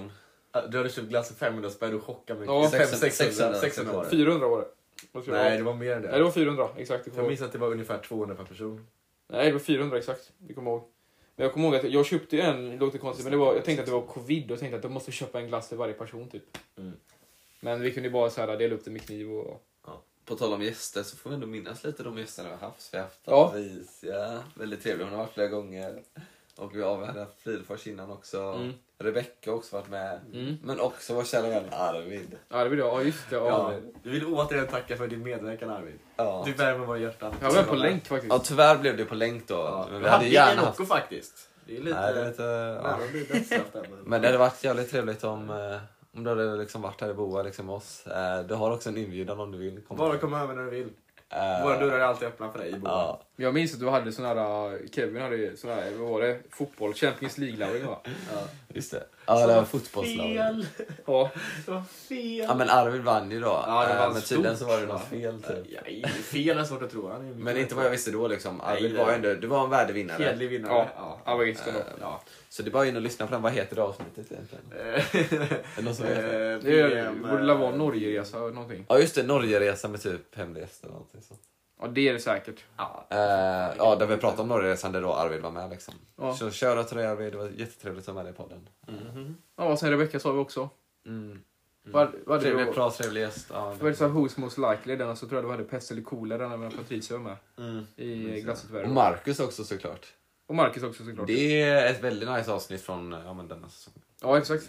Du hade köpt glass för 500 spänn och chockade mig. Ja, 600 var det. 400 var det. Nej, det var mer än det. Nej, det var 400, exakt. Jag minns att det var ungefär 200 per person. Nej, det var 400 exakt. Det kommer ihåg. Men jag kommer ihåg att jag köpte ju en, det låter konstigt, men jag tänkte att det var covid och tänkte att jag måste köpa en glass till varje person typ. Men vi kunde ju bara så här dela upp det med kniv och... Ja. På tal om gäster så får vi ändå minnas lite de gästerna vi har haft. Vi har haft Alicia, väldigt trevlig, hon har varit flera gånger. Och vi har haft Fridfors innan också. Rebecca har också varit med. Men också vår kära vän Arvid. Arvid, ja just det. Ja. Du vill återigen tacka för din medverkan, Arvid. Ja. Du värmer våra hjärtan. Jag var på länk faktiskt. Ja, tyvärr blev det på länk då. Ja. Men vi hade gärna haft faktiskt. Det är lite... Nej, det är lite ja. Men det hade varit jävligt trevligt om du hade liksom varit här i Boa liksom med oss. Du har också en inbjudan om du vill komma. Bara kom över när du vill. Våra dörrar är alltid öppna för dig i Boa. Ja. Jag minns att du hade sån här, Kevin hade sån här, vad var det? Fotboll, Champions League-lauring va? Ja, just det. Ja, det var fotbollslauring. Ja. Så fel. Ja, men Arvid vann ju då. Ja, men tydligen så var det något fel typ. Ja, fel är svårt att tro. Men inte vad jag visste då liksom. Arvid var ändå, du var en värdig vinnare. Hedlig vinnare. Ja, vad visste då. Ja. Så det är bara in och lyssna på den. Vad heter det avsnittet egentligen? Är det någon som vet? Det borde vara Norge-resa eller någonting. Ja just det, Norge-resa med typ hemresa eller någonting så. Ja, det är det säkert. Ja, där vi pratade om Norge-resan där då Arvid var med liksom. Ja. Så köra till dig Arvid, det var jättetrevligt att vara med i podden. Ja, sen Rebecca sa vi också. Trevlig gäst. Ja, det var så who's most likely, den så tror jag du hade pest eller kolera när Patricia var med i Glassutvärdar. Och Marcus också såklart. Och Marcus också såklart. Det är ett väldigt nice avsnitt från denna säsong. Ja, exakt.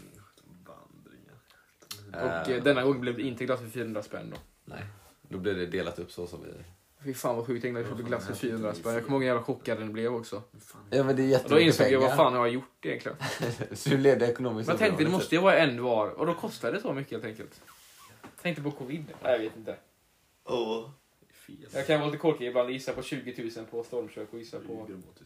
Och denna gång blev det inte glass för 400 spänn då. Nej, då blev det delat upp så som vi... Fy fan vad sjukt, jag köpte glass för 400 spänn. Jag kommer ihåg hur jävla chockad den blev också. Ja, men det är jättemycket och då insåg jag vad fan jag har gjort egentligen. Så du levde ekonomiskt. Men jag tänkte, det måste ju vara en var. Och då kostade det så mycket helt enkelt. Tänkte på covid. Nej, jag vet inte. Jag kan vara lite korkig ibland, gissa på 20 000 på stormkök och gissa på...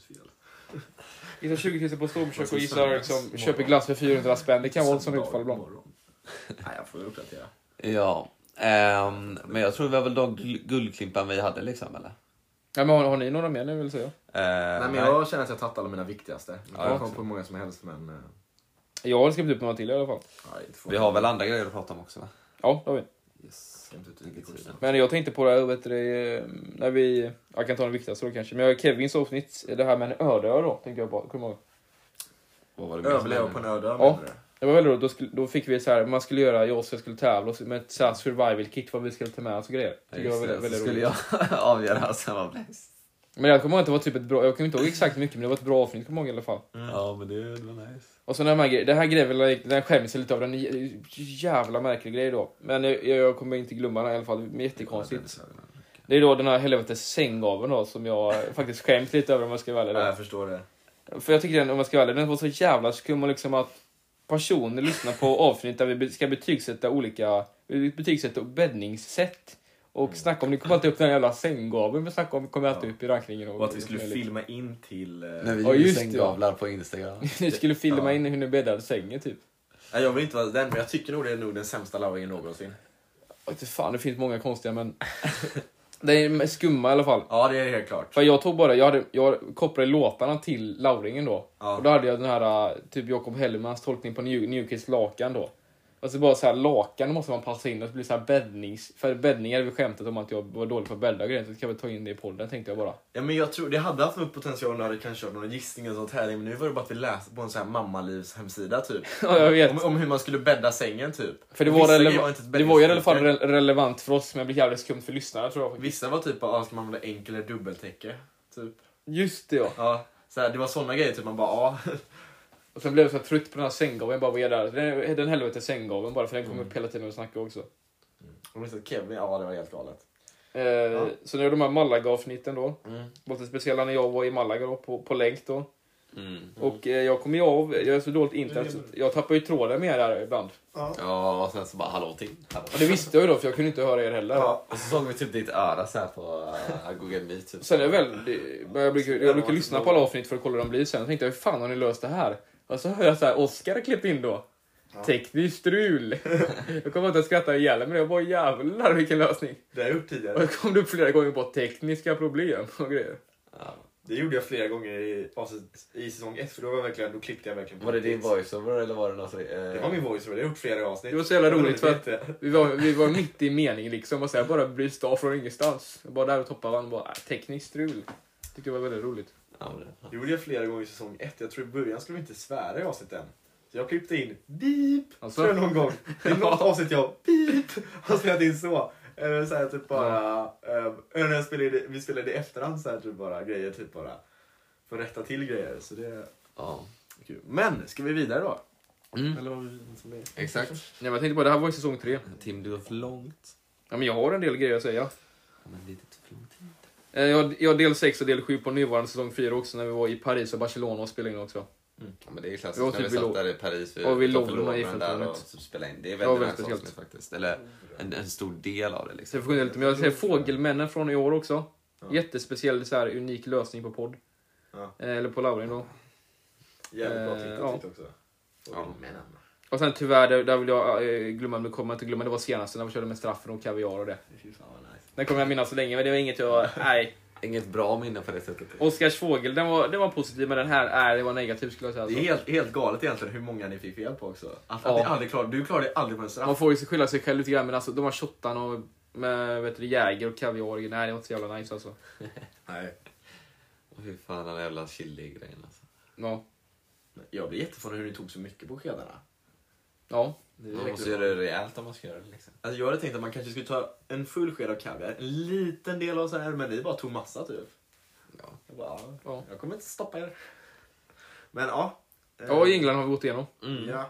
Gissa 20 000 på stormkök och gissa liksom, köper glass för 400 spänn. Det kan vara som utfall ibland. Nej, jag får uppdatera. Ja, men jag tror det var väl de guldklimpan vi hade liksom, eller? Ja, men har ni några mer ni vill säga? Nej, men jag känner att jag tagit alla mina viktigaste. Jag kom på många som helst, men... Jag har skrivit upp några till i alla fall. Vi har väl andra grejer att prata om också, va? Ja, det har vi. Yes. Men jag tänkte på det här, vet du, när vi... Jag kan ta den viktigaste då kanske. Men Kevins avsnitt, det här med en öde då, tänkte jag på. Kommer ihåg. Vad var det? Överleva på en öde, ja. Det var väl roligt, då fick vi så här, man skulle göra, jag skulle tävla med ett så här survival kit, vad vi skulle ta med oss och grejer. Det var väldigt skulle jag avgöra sen var bäst. Men jag kommer ihåg att det var typ ett bra, jag kommer inte ihåg exakt mycket, men det var ett bra avsnitt, kommer ihåg i alla fall. Ja, men det var nice. Och så det här grejen, den skäms lite av den jävla märklig grej då. Men jag kommer inte glömma den i alla fall, det är jättekonstigt. Det är då den här helvetes sänggaven då, som jag faktiskt skämt lite över om jag ska välja det. Ja, jag förstår det. För jag tycker om jag ska välja den var så jävla skum och liksom att personer lyssnar på avsnitt där vi ska betygsätta bäddningssätt och snacka om, ni kommer alltid upp den jävla sänggaveln vi snackar om, kommer alltid upp i rankingen. Och att vi skulle filma in till... När vi gjorde sänggavlar på Instagram. Ni skulle filma in hur ni bäddade sängen typ. Nej, jag vill inte vara den, men jag tycker nog det är nog den sämsta lauringen någonsin. Fan, det finns många konstiga, men... Det är skumma i alla fall. Ja, det är helt klart. För jag tog bara, jag kopplade låtarna till lauringen då. Ja. Och då hade jag den här typ Jakob Hellmans tolkning på New Kids lakan då. Alltså bara så här, lakan måste man passa in och så blir det så här för bäddningar vi skämtat om att jag var dålig på att bädda och grejer, så kan vi ta in det i podden, tänkte jag bara. Ja, men jag tror det hade haft någon potential när det kanske kört några gissningar och sånt här, men nu var det bara att vi läste på en sån här mammalivs hemsida typ. Ja, jag vet. Om hur man skulle bädda sängen typ. För det var ju i alla fall relevant för oss, men jag blir jävligt skumt för lyssnare, tror jag. Vissa var typ, ska man använda enkel eller dubbeltäcke typ. Just det, ja. Ja, så här, det var såna grejer typ, man bara Och sen blev jag så trött på den här sänggaven, bara vad är där? Den helvete sänggaven bara, för den kom upp hela tiden och snackade också. Och minns att Kevin, ja det var helt galet. Så nu är de här Malaga-avsnitten då. Var lite speciella när jag var i Malaga då, på länk då. Och jag kommer ju av, jag är så dåligt internet så jag tappar ju tråden med där ibland. Ja, och sen så bara hallå till. Och det visste jag ju då, för jag kunde inte höra er heller. Ja. Och så såg vi typ ditt öra så här på Google Meet. Typ. Sen är det väl, jag brukar lyssna på alla avsnitt för att kolla hur de blir sen. Jag tänkte, hur fan har ni löst det här? Och så hör jag så här, Oskar har klippt in då. Tekniskt strul. Jag kommer inte att skratta ihjäl, men jag var jävlar vilken lösning. Det har jag gjort tidigare. Och jag kom upp flera gånger på tekniska problem och grejer. Ja. Det gjorde jag flera gånger i säsong 1, för då klippte jag verkligen. Var det din voiceover eller var det något Det var min voiceover, det har gjort flera avsnitt. Det var så jävla roligt för att vi var mitt i mening liksom och så här bara bryst av från ingenstans. Bara där och toppade vann bara tekniskt strul. Tyckte det var väldigt roligt. Ja, det gjorde jag flera gånger i säsong 1. Jag tror i början skulle vi inte svära i avsnitten. Så jag klippte in beep tror jag någon gång. Det är något avsnitt jag beep har spelat in så. Eller så här typ bara när vi spelade i efterhand så här typ bara grejer typ bara för att rätta till grejer, så det kul. Men ska vi vidare då? Eller vad vi som är. Exakt. Nej, jag tänkte bara det här var i säsong 3. Tim, du går för långt. Ja, men jag har en del grejer att säga. Ja, men lite för lång tid. Jag har del 6 och del 7 på nuvarande säsong 4 också när vi var i Paris och Barcelona och spelade in också. Ja, men det är klassiskt när vi satt där i Paris och vi låg där och spelade in. Det är väldigt speciellt faktiskt. Eller en stor del av det liksom. Så jag men jag säger Fågelmännen från i år också. Jättespeciell så här unik lösning på podd. Eller på Laurin då. Jävligt bra titel också. Fågelmännen. Och sen tyvärr där vill jag glömma det var senaste när vi körde med straffen och kaviar och det. Den kommer jag minnas så länge, men det var inget Inget bra minne på det sättet. Oscars fågel, den var positiv, men den här det var negativ skulle jag säga. Det är helt galet egentligen hur många ni fick fel på också. Du klarade aldrig på en straff. Man får ju skylla sig själv lite grann, men alltså de har shottan och med Jäger och kaviar. Nej, det var inte så jävla nice alltså. Nej. Och hur fan den jävla chili-grejen alltså. Ja. Jag blir jätteförvånad hur ni tog så mycket på skedarna. Ja. Man måste göra det rejält om man ska göra det liksom. Alltså jag hade tänkt att man kanske skulle ta en full sked av kaviar, en liten del av så här, men ni bara tog massa typ. Ja. Jag kommer inte stoppa er. Men ja. Ja, i England har vi gått igenom. Ja.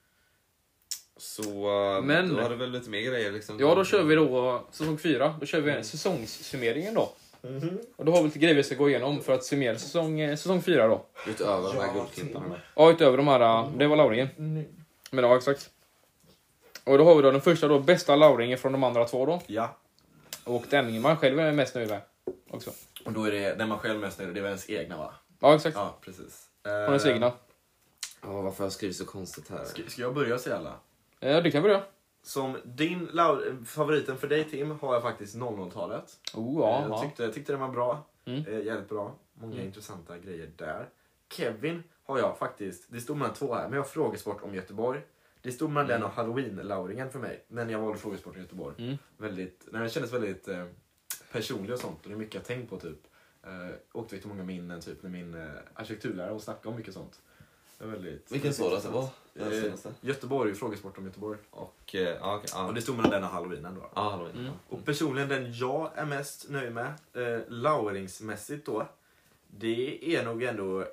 Så då har du väl lite mer grejer liksom. Ja, då kör vi då säsong 4. Då kör vi säsongssummeringen då. Och då har vi lite grejer vi ska gå igenom för att summera säsong 4 då. Utöver de här guldklimparna. Ja, utöver de här, det var Lauringen. Men ja, exakt. Och då har vi då den första då, bästa Lauringen från de andra två då. Ja. Och den man själv är mest nöjd med också. Och då är det den man själv är mest nöjd med, det var ens egna va? Ja, exakt. Ja, precis. Från ens egna. Ja, varför har jag skrivit så konstigt här? Ska jag börja säga alla? Ja, det kan vi börja. Som din favoriten för dig Tim har jag faktiskt 00-talet. Jag tyckte den var bra. Jävligt bra. Många intressanta grejer där. Kevin har jag faktiskt, det stod mellan två här, men jag har frågesport om Göteborg. Det stod mellan den och Halloween-lauringen för mig. Men jag valde frågesport om Göteborg. Den kändes väldigt personlig och sånt. Och det är mycket jag tänkt på typ. Åkte till många minnen typ med min arkitekturlärare och snackade om mycket sånt. Vilken sådan det var? Göteborg, frågesport om Göteborg. Och det stod mellan den och Halloweenen då. Halloween. Och personligen den jag är mest nöjd med, lauringsmässigt då, det är nog ändå,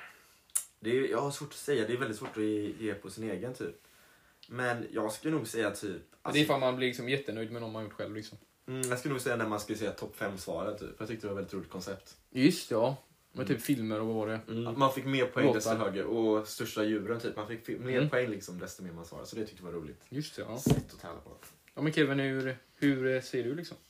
jag har svårt att säga, det är väldigt svårt att ge på sin egen typ. Men jag skulle nog säga typ... Alltså, det är för att man blir liksom jättenöjd med någon man gjort själv liksom. Jag skulle nog säga när man skulle säga topp 5 svaren typ. Jag tyckte det var ett väldigt roligt koncept. Just ja. Med typ filmer och vad var det? Man fick mer poäng desto högre. Och största djuren typ. Man fick mer poäng liksom desto mer man svarade. Så det tyckte jag var roligt. Just det, ja. Sätt att tävla på. Ja men Kevin, hur ser du liksom?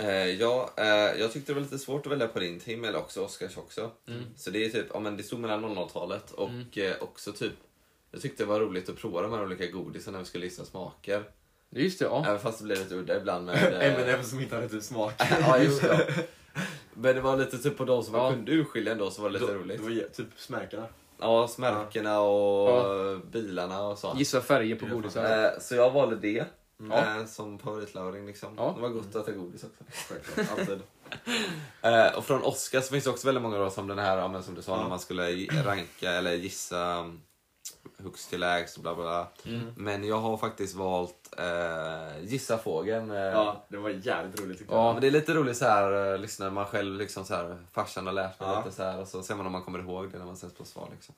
Jag tyckte det var lite svårt att välja på din team eller också Oscars också. Så det är typ, det stod mellan 00-talet och också typ, jag tyckte det var roligt att prova de här olika godisen när vi skulle lista smaker. Just det, ja. Även fast det blev lite udda ibland med... M&M som inte hade typ smak. Ja, just det. Men det var lite typ på de som man kunde urskilja ändå, så var det lite roligt. Det var typ smärkarna. Ja, smärkerna och bilarna och så. Gissa färger på godisar. Så jag valde det som favoritlauring liksom. Ja. Det var gott att äta godis också. Självklart, alltid. Och från Oscar så finns det också väldigt många då, som den här, men som du sa, när man skulle ranka eller gissa högst till lägst och bla bla. Men jag har faktiskt valt gissa fågeln. Ja, det var jävligt roligt tycker jag. Ja, men det är lite roligt så här, lyssnar man själv liksom så här, farsan har lärt mig lite så här, och så ser man om man kommer ihåg det när man sätts på svar liksom.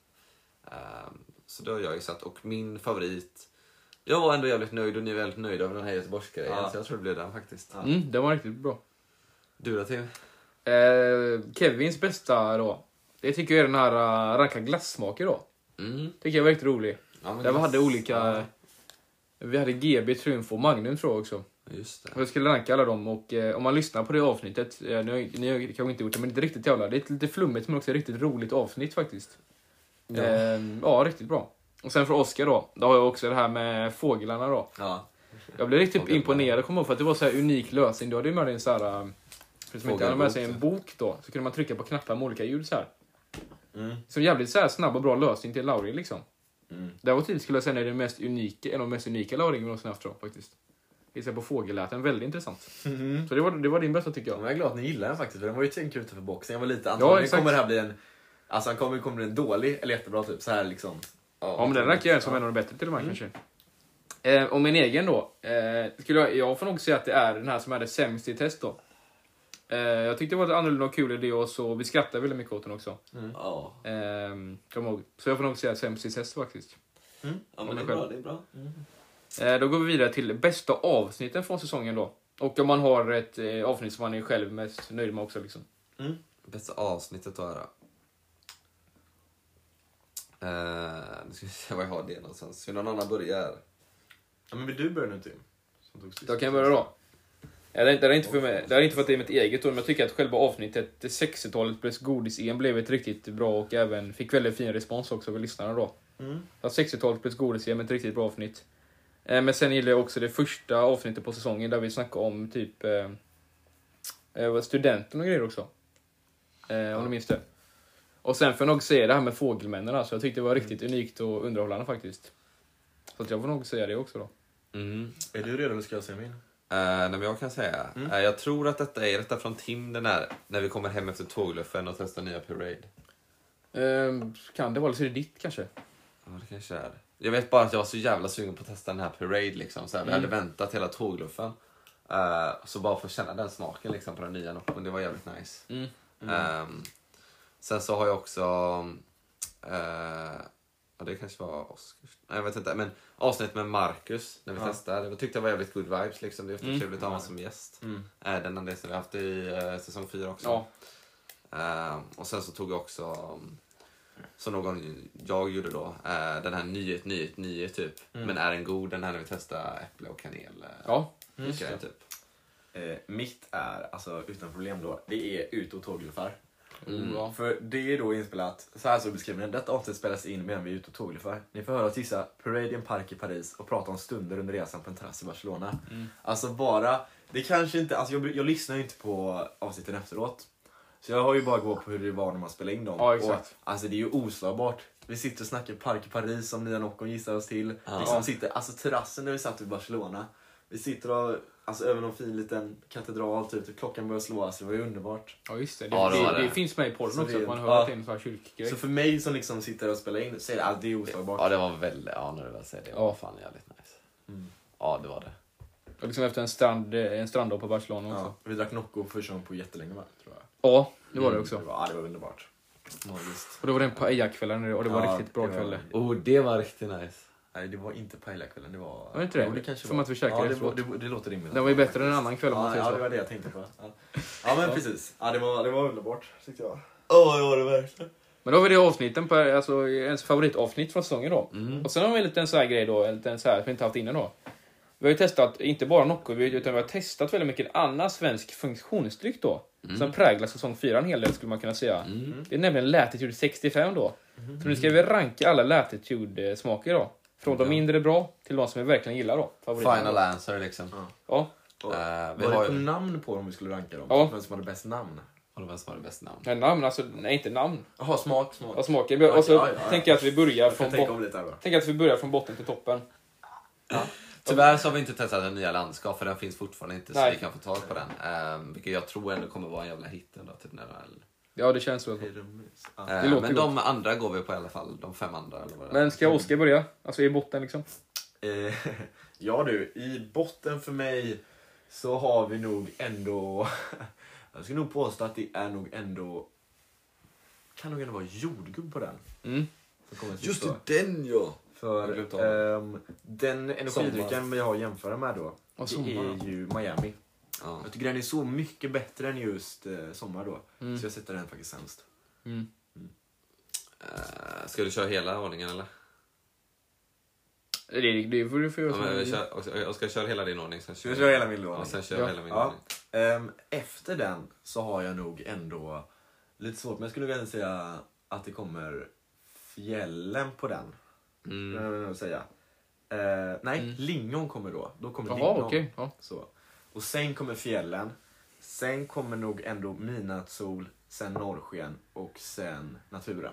Så då har jag ju satt, och min favorit, jag var ändå jävligt nöjd och ni är väldigt nöjda över den här Göteborgsgrejen, så jag tror det blev den faktiskt. Det var riktigt bra. Du då Tim? Kevins bästa då, det tycker jag är den här ranka glassmaker då. Tycker jag var riktigt rolig. Där vi hade olika... Vi hade GB, Triumf och Magnum tror jag också. Just det. Och jag skulle ranka alla dem, och om man lyssnar på det avsnittet, ni har kanske inte gjort det, men det är riktigt jävla. Det är lite flummigt men också ett riktigt roligt avsnitt faktiskt. Ja, riktigt bra. Och sen för Oscar då har jag också det här med fåglarna då. Ja. Jag blev riktigt imponerad, kommer ihåg, för att det var så här unik lösning. Du hade ju med dig en så här För som inte hade med sig en bok då, så kunde man trycka på knappar med olika ljud så här. Så jävligt så här snabb och bra lösning till Laurie liksom. Det var tid skulle jag säga är det mest unika, en av de mest unika Laurie vi någonsin haft tror faktiskt. Vi ser på fågelläten, väldigt intressant. Så det var din bästa tycker jag. Jag är glad att ni gillar den faktiskt, för den var ju tänkt utanför boxen. Jag var lite antagligen kommer det här bli en... Alltså han kommer bli en dålig eller jättebra typ, så här liksom. Ja men den räcker jag som en av de bättre till och med kanske. Och min egen då, jag får nog säga att det är den här som är det sämst i test då. Jag tyckte det var ett annorlunda och kul idé och så vi skrattade väldigt mycket åt den också. Så jag får nog säga sämst i test faktiskt. Ja men det är bra. Då går vi vidare till bästa avsnitten från säsongen då. Och om man har ett avsnitt som man är själv mest nöjd med också liksom. Bästa avsnittet då är det. Nu ska vi se vad jag har det någonstans. Hur någon annan börjar. Ja men vill du börja nu Tim? Då kan jag börja då. Det är inte för mig. Det är inte för att det är mitt eget år, men jag tycker att själva avsnittet 60-talet plus godis-EM blev ett riktigt bra och även fick väldigt fin respons också av lyssnarna då. Så 60-talet plus godis-EM ett riktigt bra avsnitt. Men sen gillar jag också det första avsnittet på säsongen där vi snackar om typ studenten och grejer också. Om du minns det. Och sen får jag nog säga det här med fågelmännen. Alltså. Jag tyckte det var riktigt unikt och underhållande faktiskt. Så att jag får nog säga det också då. Är du redo eller ska jag säga min? Nej, men jag kan säga. Jag tror att detta är från Tim den här. När vi kommer hem efter tågluffen och testar nya Parade. Kan det vara, eller så är det ditt kanske? Ja, det kanske är. Jag vet bara att jag var så jävla sugen på att testa den här Parade liksom. Så här, vi hade väntat hela tågluffen. Så bara för att känna den smaken liksom på den nya Noccon. Det var jävligt nice. Sen så har jag också... ja, det kanske var Oscars. Nej, jag vet inte. Men avsnitt med Marcus när vi testade. Jag tyckte det var jävligt good vibes liksom. Det är trevligt att ha honom som gäst. Den andra som vi har haft i säsong 4 också. Och sen så tog jag också... Så någon jag gjorde då. Den här nyhet typ. Men är den god? Den här när vi testar äpple och kanel. Typ. Mitt är, alltså utan problem då, det är Ut och tågluffar. För det är då inspelat, så här så beskriver den. Detta avsnitt spelas in medan vi är ute och tågluffar. Ni får höra oss gissa Parade i en park i Paris och prata om stunder under resan på en terrass i Barcelona. Alltså bara, det kanske inte, alltså jag lyssnar ju inte på avsnitten efteråt. Så jag har ju bara gått på hur det var när man spelade in dem. Ja, exakt. Och, alltså det är ju oslagbart. Vi sitter och snackar park i Paris som nya Noccon gissar oss till. Liksom sitter, alltså terrassen när vi satt i Barcelona. Vi sitter och, alltså över någon fin liten katedral typ, och klockan börjar slå, alltså det var ju underbart. Ja just det, det finns med i podden också, att man hör att det är en sån här kyrkgrej. Så för mig som liksom sitter och spelar in, så är det, alltså, det är oslagbart. Ja, det var väldigt, när du väl säger det, var fan jävligt nice. Ja, det var det. Och liksom efter en stranddag på Barcelona också. Vi drack Nocco första gången på jättelänge med, tror jag. Ja, det var det också. Det var underbart. Magiskt. Och det var den paella-kvällen och det var riktigt bra kväll. Det var riktigt nice. Nej, det var inte paella-kvällen, det var... Var det inte det? Det kanske får man inte försöka det låter rimligt. Den var ju bättre än en annan kväll om man säger så. Ja, det var det jag tänkte på. Ja men precis. Ja, det var underbart, tyckte jag. Det var det verkligen. Men då var det avsnitten på, alltså ens favoritavsnitt från säsongen då. Och sen har vi en liten så här grej då, en liten så här som vi inte haft innan då. Vi har ju testat, inte bara Nocco, utan vi har testat väldigt mycket annan svensk funktionsdryck då. Som präglar säsong 4 en hel del skulle man kunna säga. Det är nämligen Latitude 65 då. Så nu ska vi ranka alla Latitude-smaker då. Från de mindre bra till de som vi verkligen gillar då. Final answer liksom. Ja. Vi har ju namn på dem om vi skulle ranka dem. Ja. Vem som hade bäst namn. Vem som hade bäst namn? Nej, namn, alltså, nej inte namn. Jaha, smak. Ja, smaken. Och så tänker jag att vi börjar från botten till toppen. Tyvärr så har vi inte testat den nya landskap, för den finns fortfarande inte, så vi kan få tag på den. Vilket jag tror ändå kommer vara en jävla hit ändå, typ när Ja, det känns så. Men de andra går vi på i alla fall, de 5 andra. Eller vad det men ska Oskar börja? Alltså i botten liksom? Ja du, i botten för mig så har vi nog ändå... jag ska nog påstå att det är nog ändå... Kan nog ändå vara jordgubb på den. Just det, den ja! För den energidrycken vi har att jämföra med då, det är ju Miami. Jag tycker den är så mycket bättre än just sommar då. Så jag sätter den faktiskt sämst. Ska du köra hela ordningen eller? Det får du få göra. Jag ska köra hela din ordning. Sen kör jag hela min ordning. Ja, sen kör hela min ordning. Efter den så har jag nog ändå lite svårt, men jag skulle nog säga att det kommer fjällen på den. Säga. Nej, lingon kommer då. Då kommer lingon. Okay. Ja. Så. Och sen kommer fjällen. Sen kommer nog ändå midnattssol, sen norrsken och sen naturen.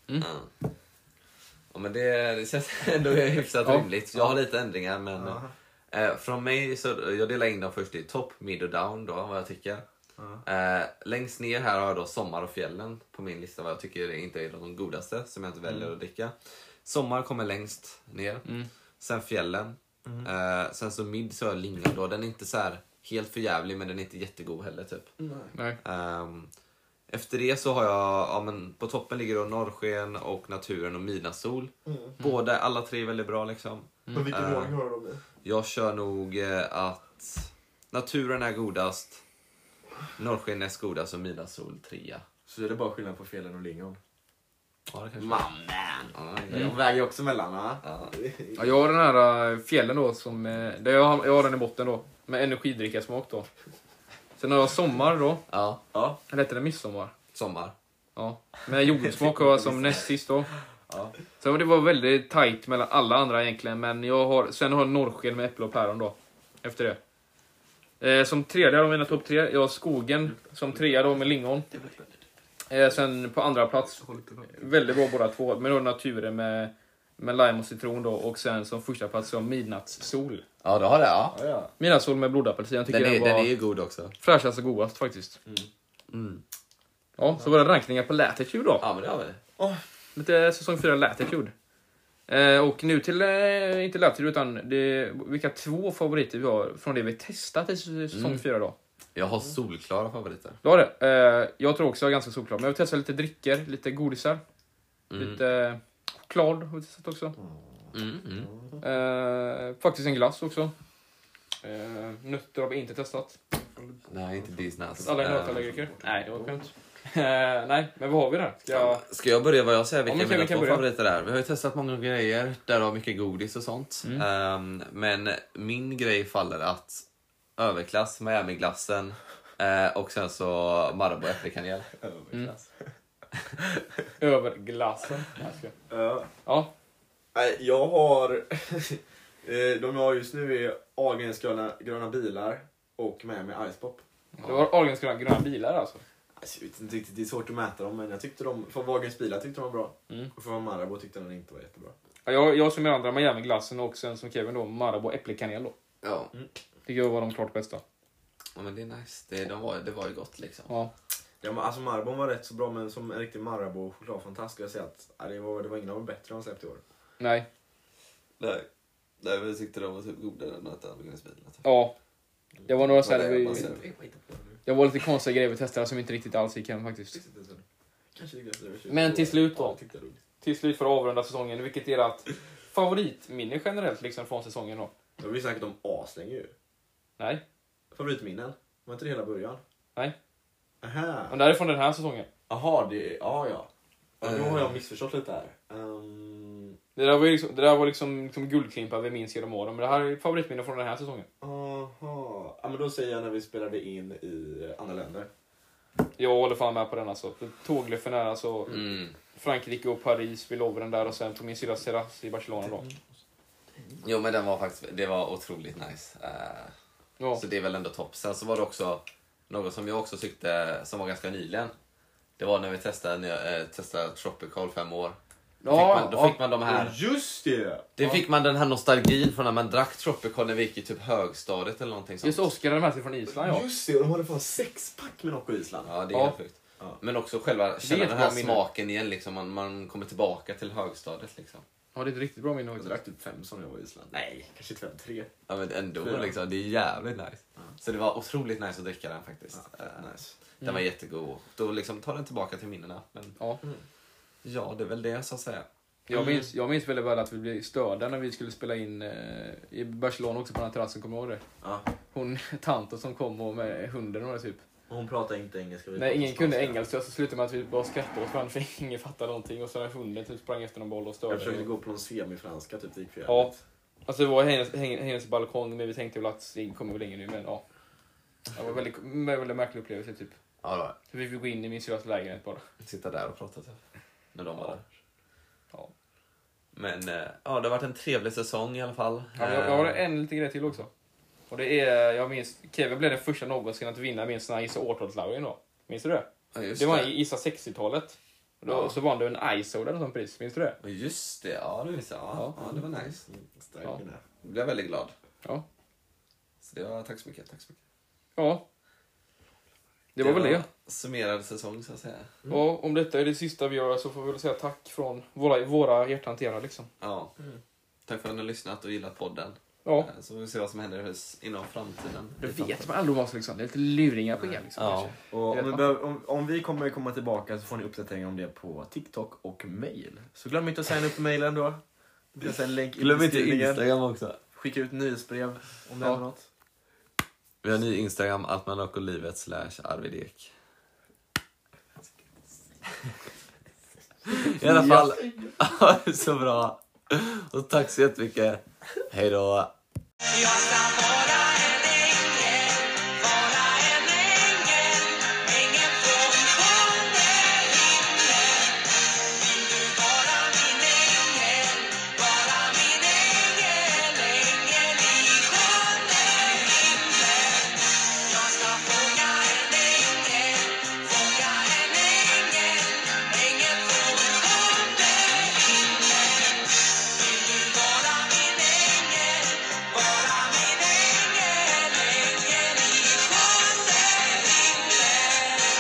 Ja, men det känns ändå hyfsat rimligt. Jag har lite ändringar, men från mig så jag delar in dem först i topp, mid och down då, vad jag tycker. Längst ner här har jag då sommar och fjällen på min lista, vad jag tycker inte är de godaste som jag inte väljer att dricka. Sommar kommer längst ner, sen fjällen, sen så mid så har jag lingon då. Den är inte så här helt för jävlig, men den är inte jättegod heller typ. Nej. Efter det så har jag, men på toppen ligger då norrsken och naturen och midnattssol. Båda, alla tre är väldigt bra liksom. Men vilken ordning har du dem i? Jag kör nog att naturen är godast, norrsken näst godast och midnattssol 3. Så är det bara skillnad på fjällen och lingon? Ja, det kanske. Mamman! De väger ju också mellan, va? Ja, jag har den här fjällen då, som, där jag har den i botten då, med energidrickasmak då. Sen har jag sommar då. Ja. Eller heter det midsommar? Sommar. Ja. Med jordgubbssmak har jag som näst sist då. Så det var väldigt tight mellan alla andra egentligen. Men sen har jag norrsken med äpple och päron då. Efter det. Som tredje av mina topp 3. Jag har skogen som trea då med lingon. Sen på andra plats. Väldigt bra båda två. Men då naturen med lime och citron då. Och sen som första plats så midnattssol. Ja, det har det, ja. Midnattssol med blodapelsin. Jag tycker den är ju god också. Fräschast och godast faktiskt. Ja, så var det rankningar på Latitude då. Ja, men det har vi. Lite säsong 4 Latitude. Och nu till, inte Latitude utan vilka 2 favoriter vi har från det vi testat i säsong 4 då. Jag har solklara favoriter. Du har det. Jag tror också jag är ganska solklar. Men jag vill testa lite drycker, lite godisar. Lite choklad har vi testat också. Faktiskt en glass också. Nötter har vi inte testat. Nej, inte Disneys. Alla är nötallergiker. Nej, det var skönt. Nej, men vad har vi där? Ska jag börja vad jag säger? Vilka mina 2 börja. favoriter är? Vi har ju testat många grejer. Där har mycket godis och sånt. Men min grej faller att överklass, Miami-glassen och sen så Marabou äppelkanel. Överklass. Överglassen. Ja. Jag har... de jag har just nu är Ahlgrens gröna bilar och med Icepop. Det var Ahlgrens gröna bilar alltså. Jag vet inte riktigt, det är svårt att mäta dem, men jag tyckte för Ahlgrens bilar tyckte de var bra. Och för Marabou tyckte den inte var jättebra. Ja, jag som är andra Miami-glassen och sen som Kevin då Marabou äppelkanel då. Ja. Tycker jag var de klart bästa. Ja, men det är nice. Det var ju gott liksom. Ja. Ja, men alltså Marabou var rätt så bra, men som en riktig Marabou chokladfantast skulle jag säga att det var ingen av dem bättre än släppt i år. Nej, vi tyckte de var typ godare än att Ahlgrens bilar. Ja. Det var några sådär det var lite konstiga grejer vi testade som inte riktigt alls gick hem faktiskt. Men till slut då. Till slut för att avrunda säsongen. Vilket är ert favoritminne generellt liksom från säsongen då? Då har vi snackat om aslänge ju. Nej. Favoritminnen? Var inte det hela början? Nej. Aha. Och där är från den här säsongen. Aha, ja. Då har jag missförstått lite här. Det där var liksom guldklimpar vi minns genom åren. Men det här är favoritminne från den här säsongen. Aha. Ja, men då säger jag när vi spelade in i andra länder. Jag håller fan med på den alltså. Tåglöfen är alltså Frankrike och Paris, vi lovar den där och sen på min sida Serras i Barcelona då. Jo, men det var otroligt nice. Så det är väl ändå topp. Sen så var det också något som jag också tyckte som var ganska nyligen. Det var när vi testade Tropical 5 år. Då fick man de här... Just det! Det fick man den här nostalgin från när man drack Tropical när vi gick i typ högstadiet eller någonting sånt. Just Oskar hade med sig från Island, ja. Just det, och de hade fan 6-pack med Nocco Island. Ja, det är helt sjukt. Ja. Men också själva känna den här smaken igen liksom. Man kommer tillbaka till högstadiet liksom. Ja, det är ett riktigt bra minne. Jag drack typ 5 som jag var i Island. Nej, kanske 3. Ja, men ändå liksom. Det är jävligt nice. Så det var otroligt nice att dricka den faktiskt. Nice. Den var jättegod. Då liksom tar den tillbaka till minnena. Men ja, det är väl det så att säga. Jag minns väldigt väl att vi blev störda när vi skulle spela in i Barcelona också på den här terrassen, kommer du ihåg det? Ja. Hon, tanten som kom och med hunden och typ. Hon pratade inte engelska. Nej, ingen kunde engelska, så slutade med att vi bara skrattade åt varandra för ingen fattade någonting. Och så när hunden typ sprang efter någon boll och störde. Jag försökte gå på någon semifranska typ, det gick för jävligt. Ja, alltså det var hennes balkong, men vi tänkte väl att det kommer väl ingen nu, men ja. Det var väldigt märklig upplevelse typ. Ja, då. Så vi fick gå in i min syrras lägenhet bara. Sitta där och prata typ. När de var där. Ja. Men ja, det har varit en trevlig säsong i alla fall. Ja, jag har en liten grej till också. Och det är, jag minns, Kevin blev den första någonsin att vinna med en sån här Gissa årtalslagen då. Minns du det? Ja, just det var i Gissa 60-talet. Och så vann du en Ice-soda eller sån pris, minns du det? Just det, ja det visste jag. Ja, det var nice. Ja. Jag blev väldigt glad. Ja. Så det var, tack så mycket. Ja. Det var väl det. Summerad säsong så att säga. Ja, om detta är det sista vi gör så får vi väl säga tack från våra hjärthanterare liksom. Ja. Tack för att ni har lyssnat och gillat podden. Ja. Så får vi se vad som händer inom framtiden. Det vet man aldrig vad liksom. Det är lite luringar på er liksom. Ja. Och om vi kommer komma tillbaka så får ni uppdateringar om det på TikTok och mail. Så glöm inte att signa upp på mailen då. Det finns en länk i Glöm inte beskrivningen. Instagram också. Skicka ut nyhetsbrev om det är något. Vi har ny Instagram, altmanokolivet/Arvidek. I alla fall, så bra. Och tack så jättemycket. Hej då.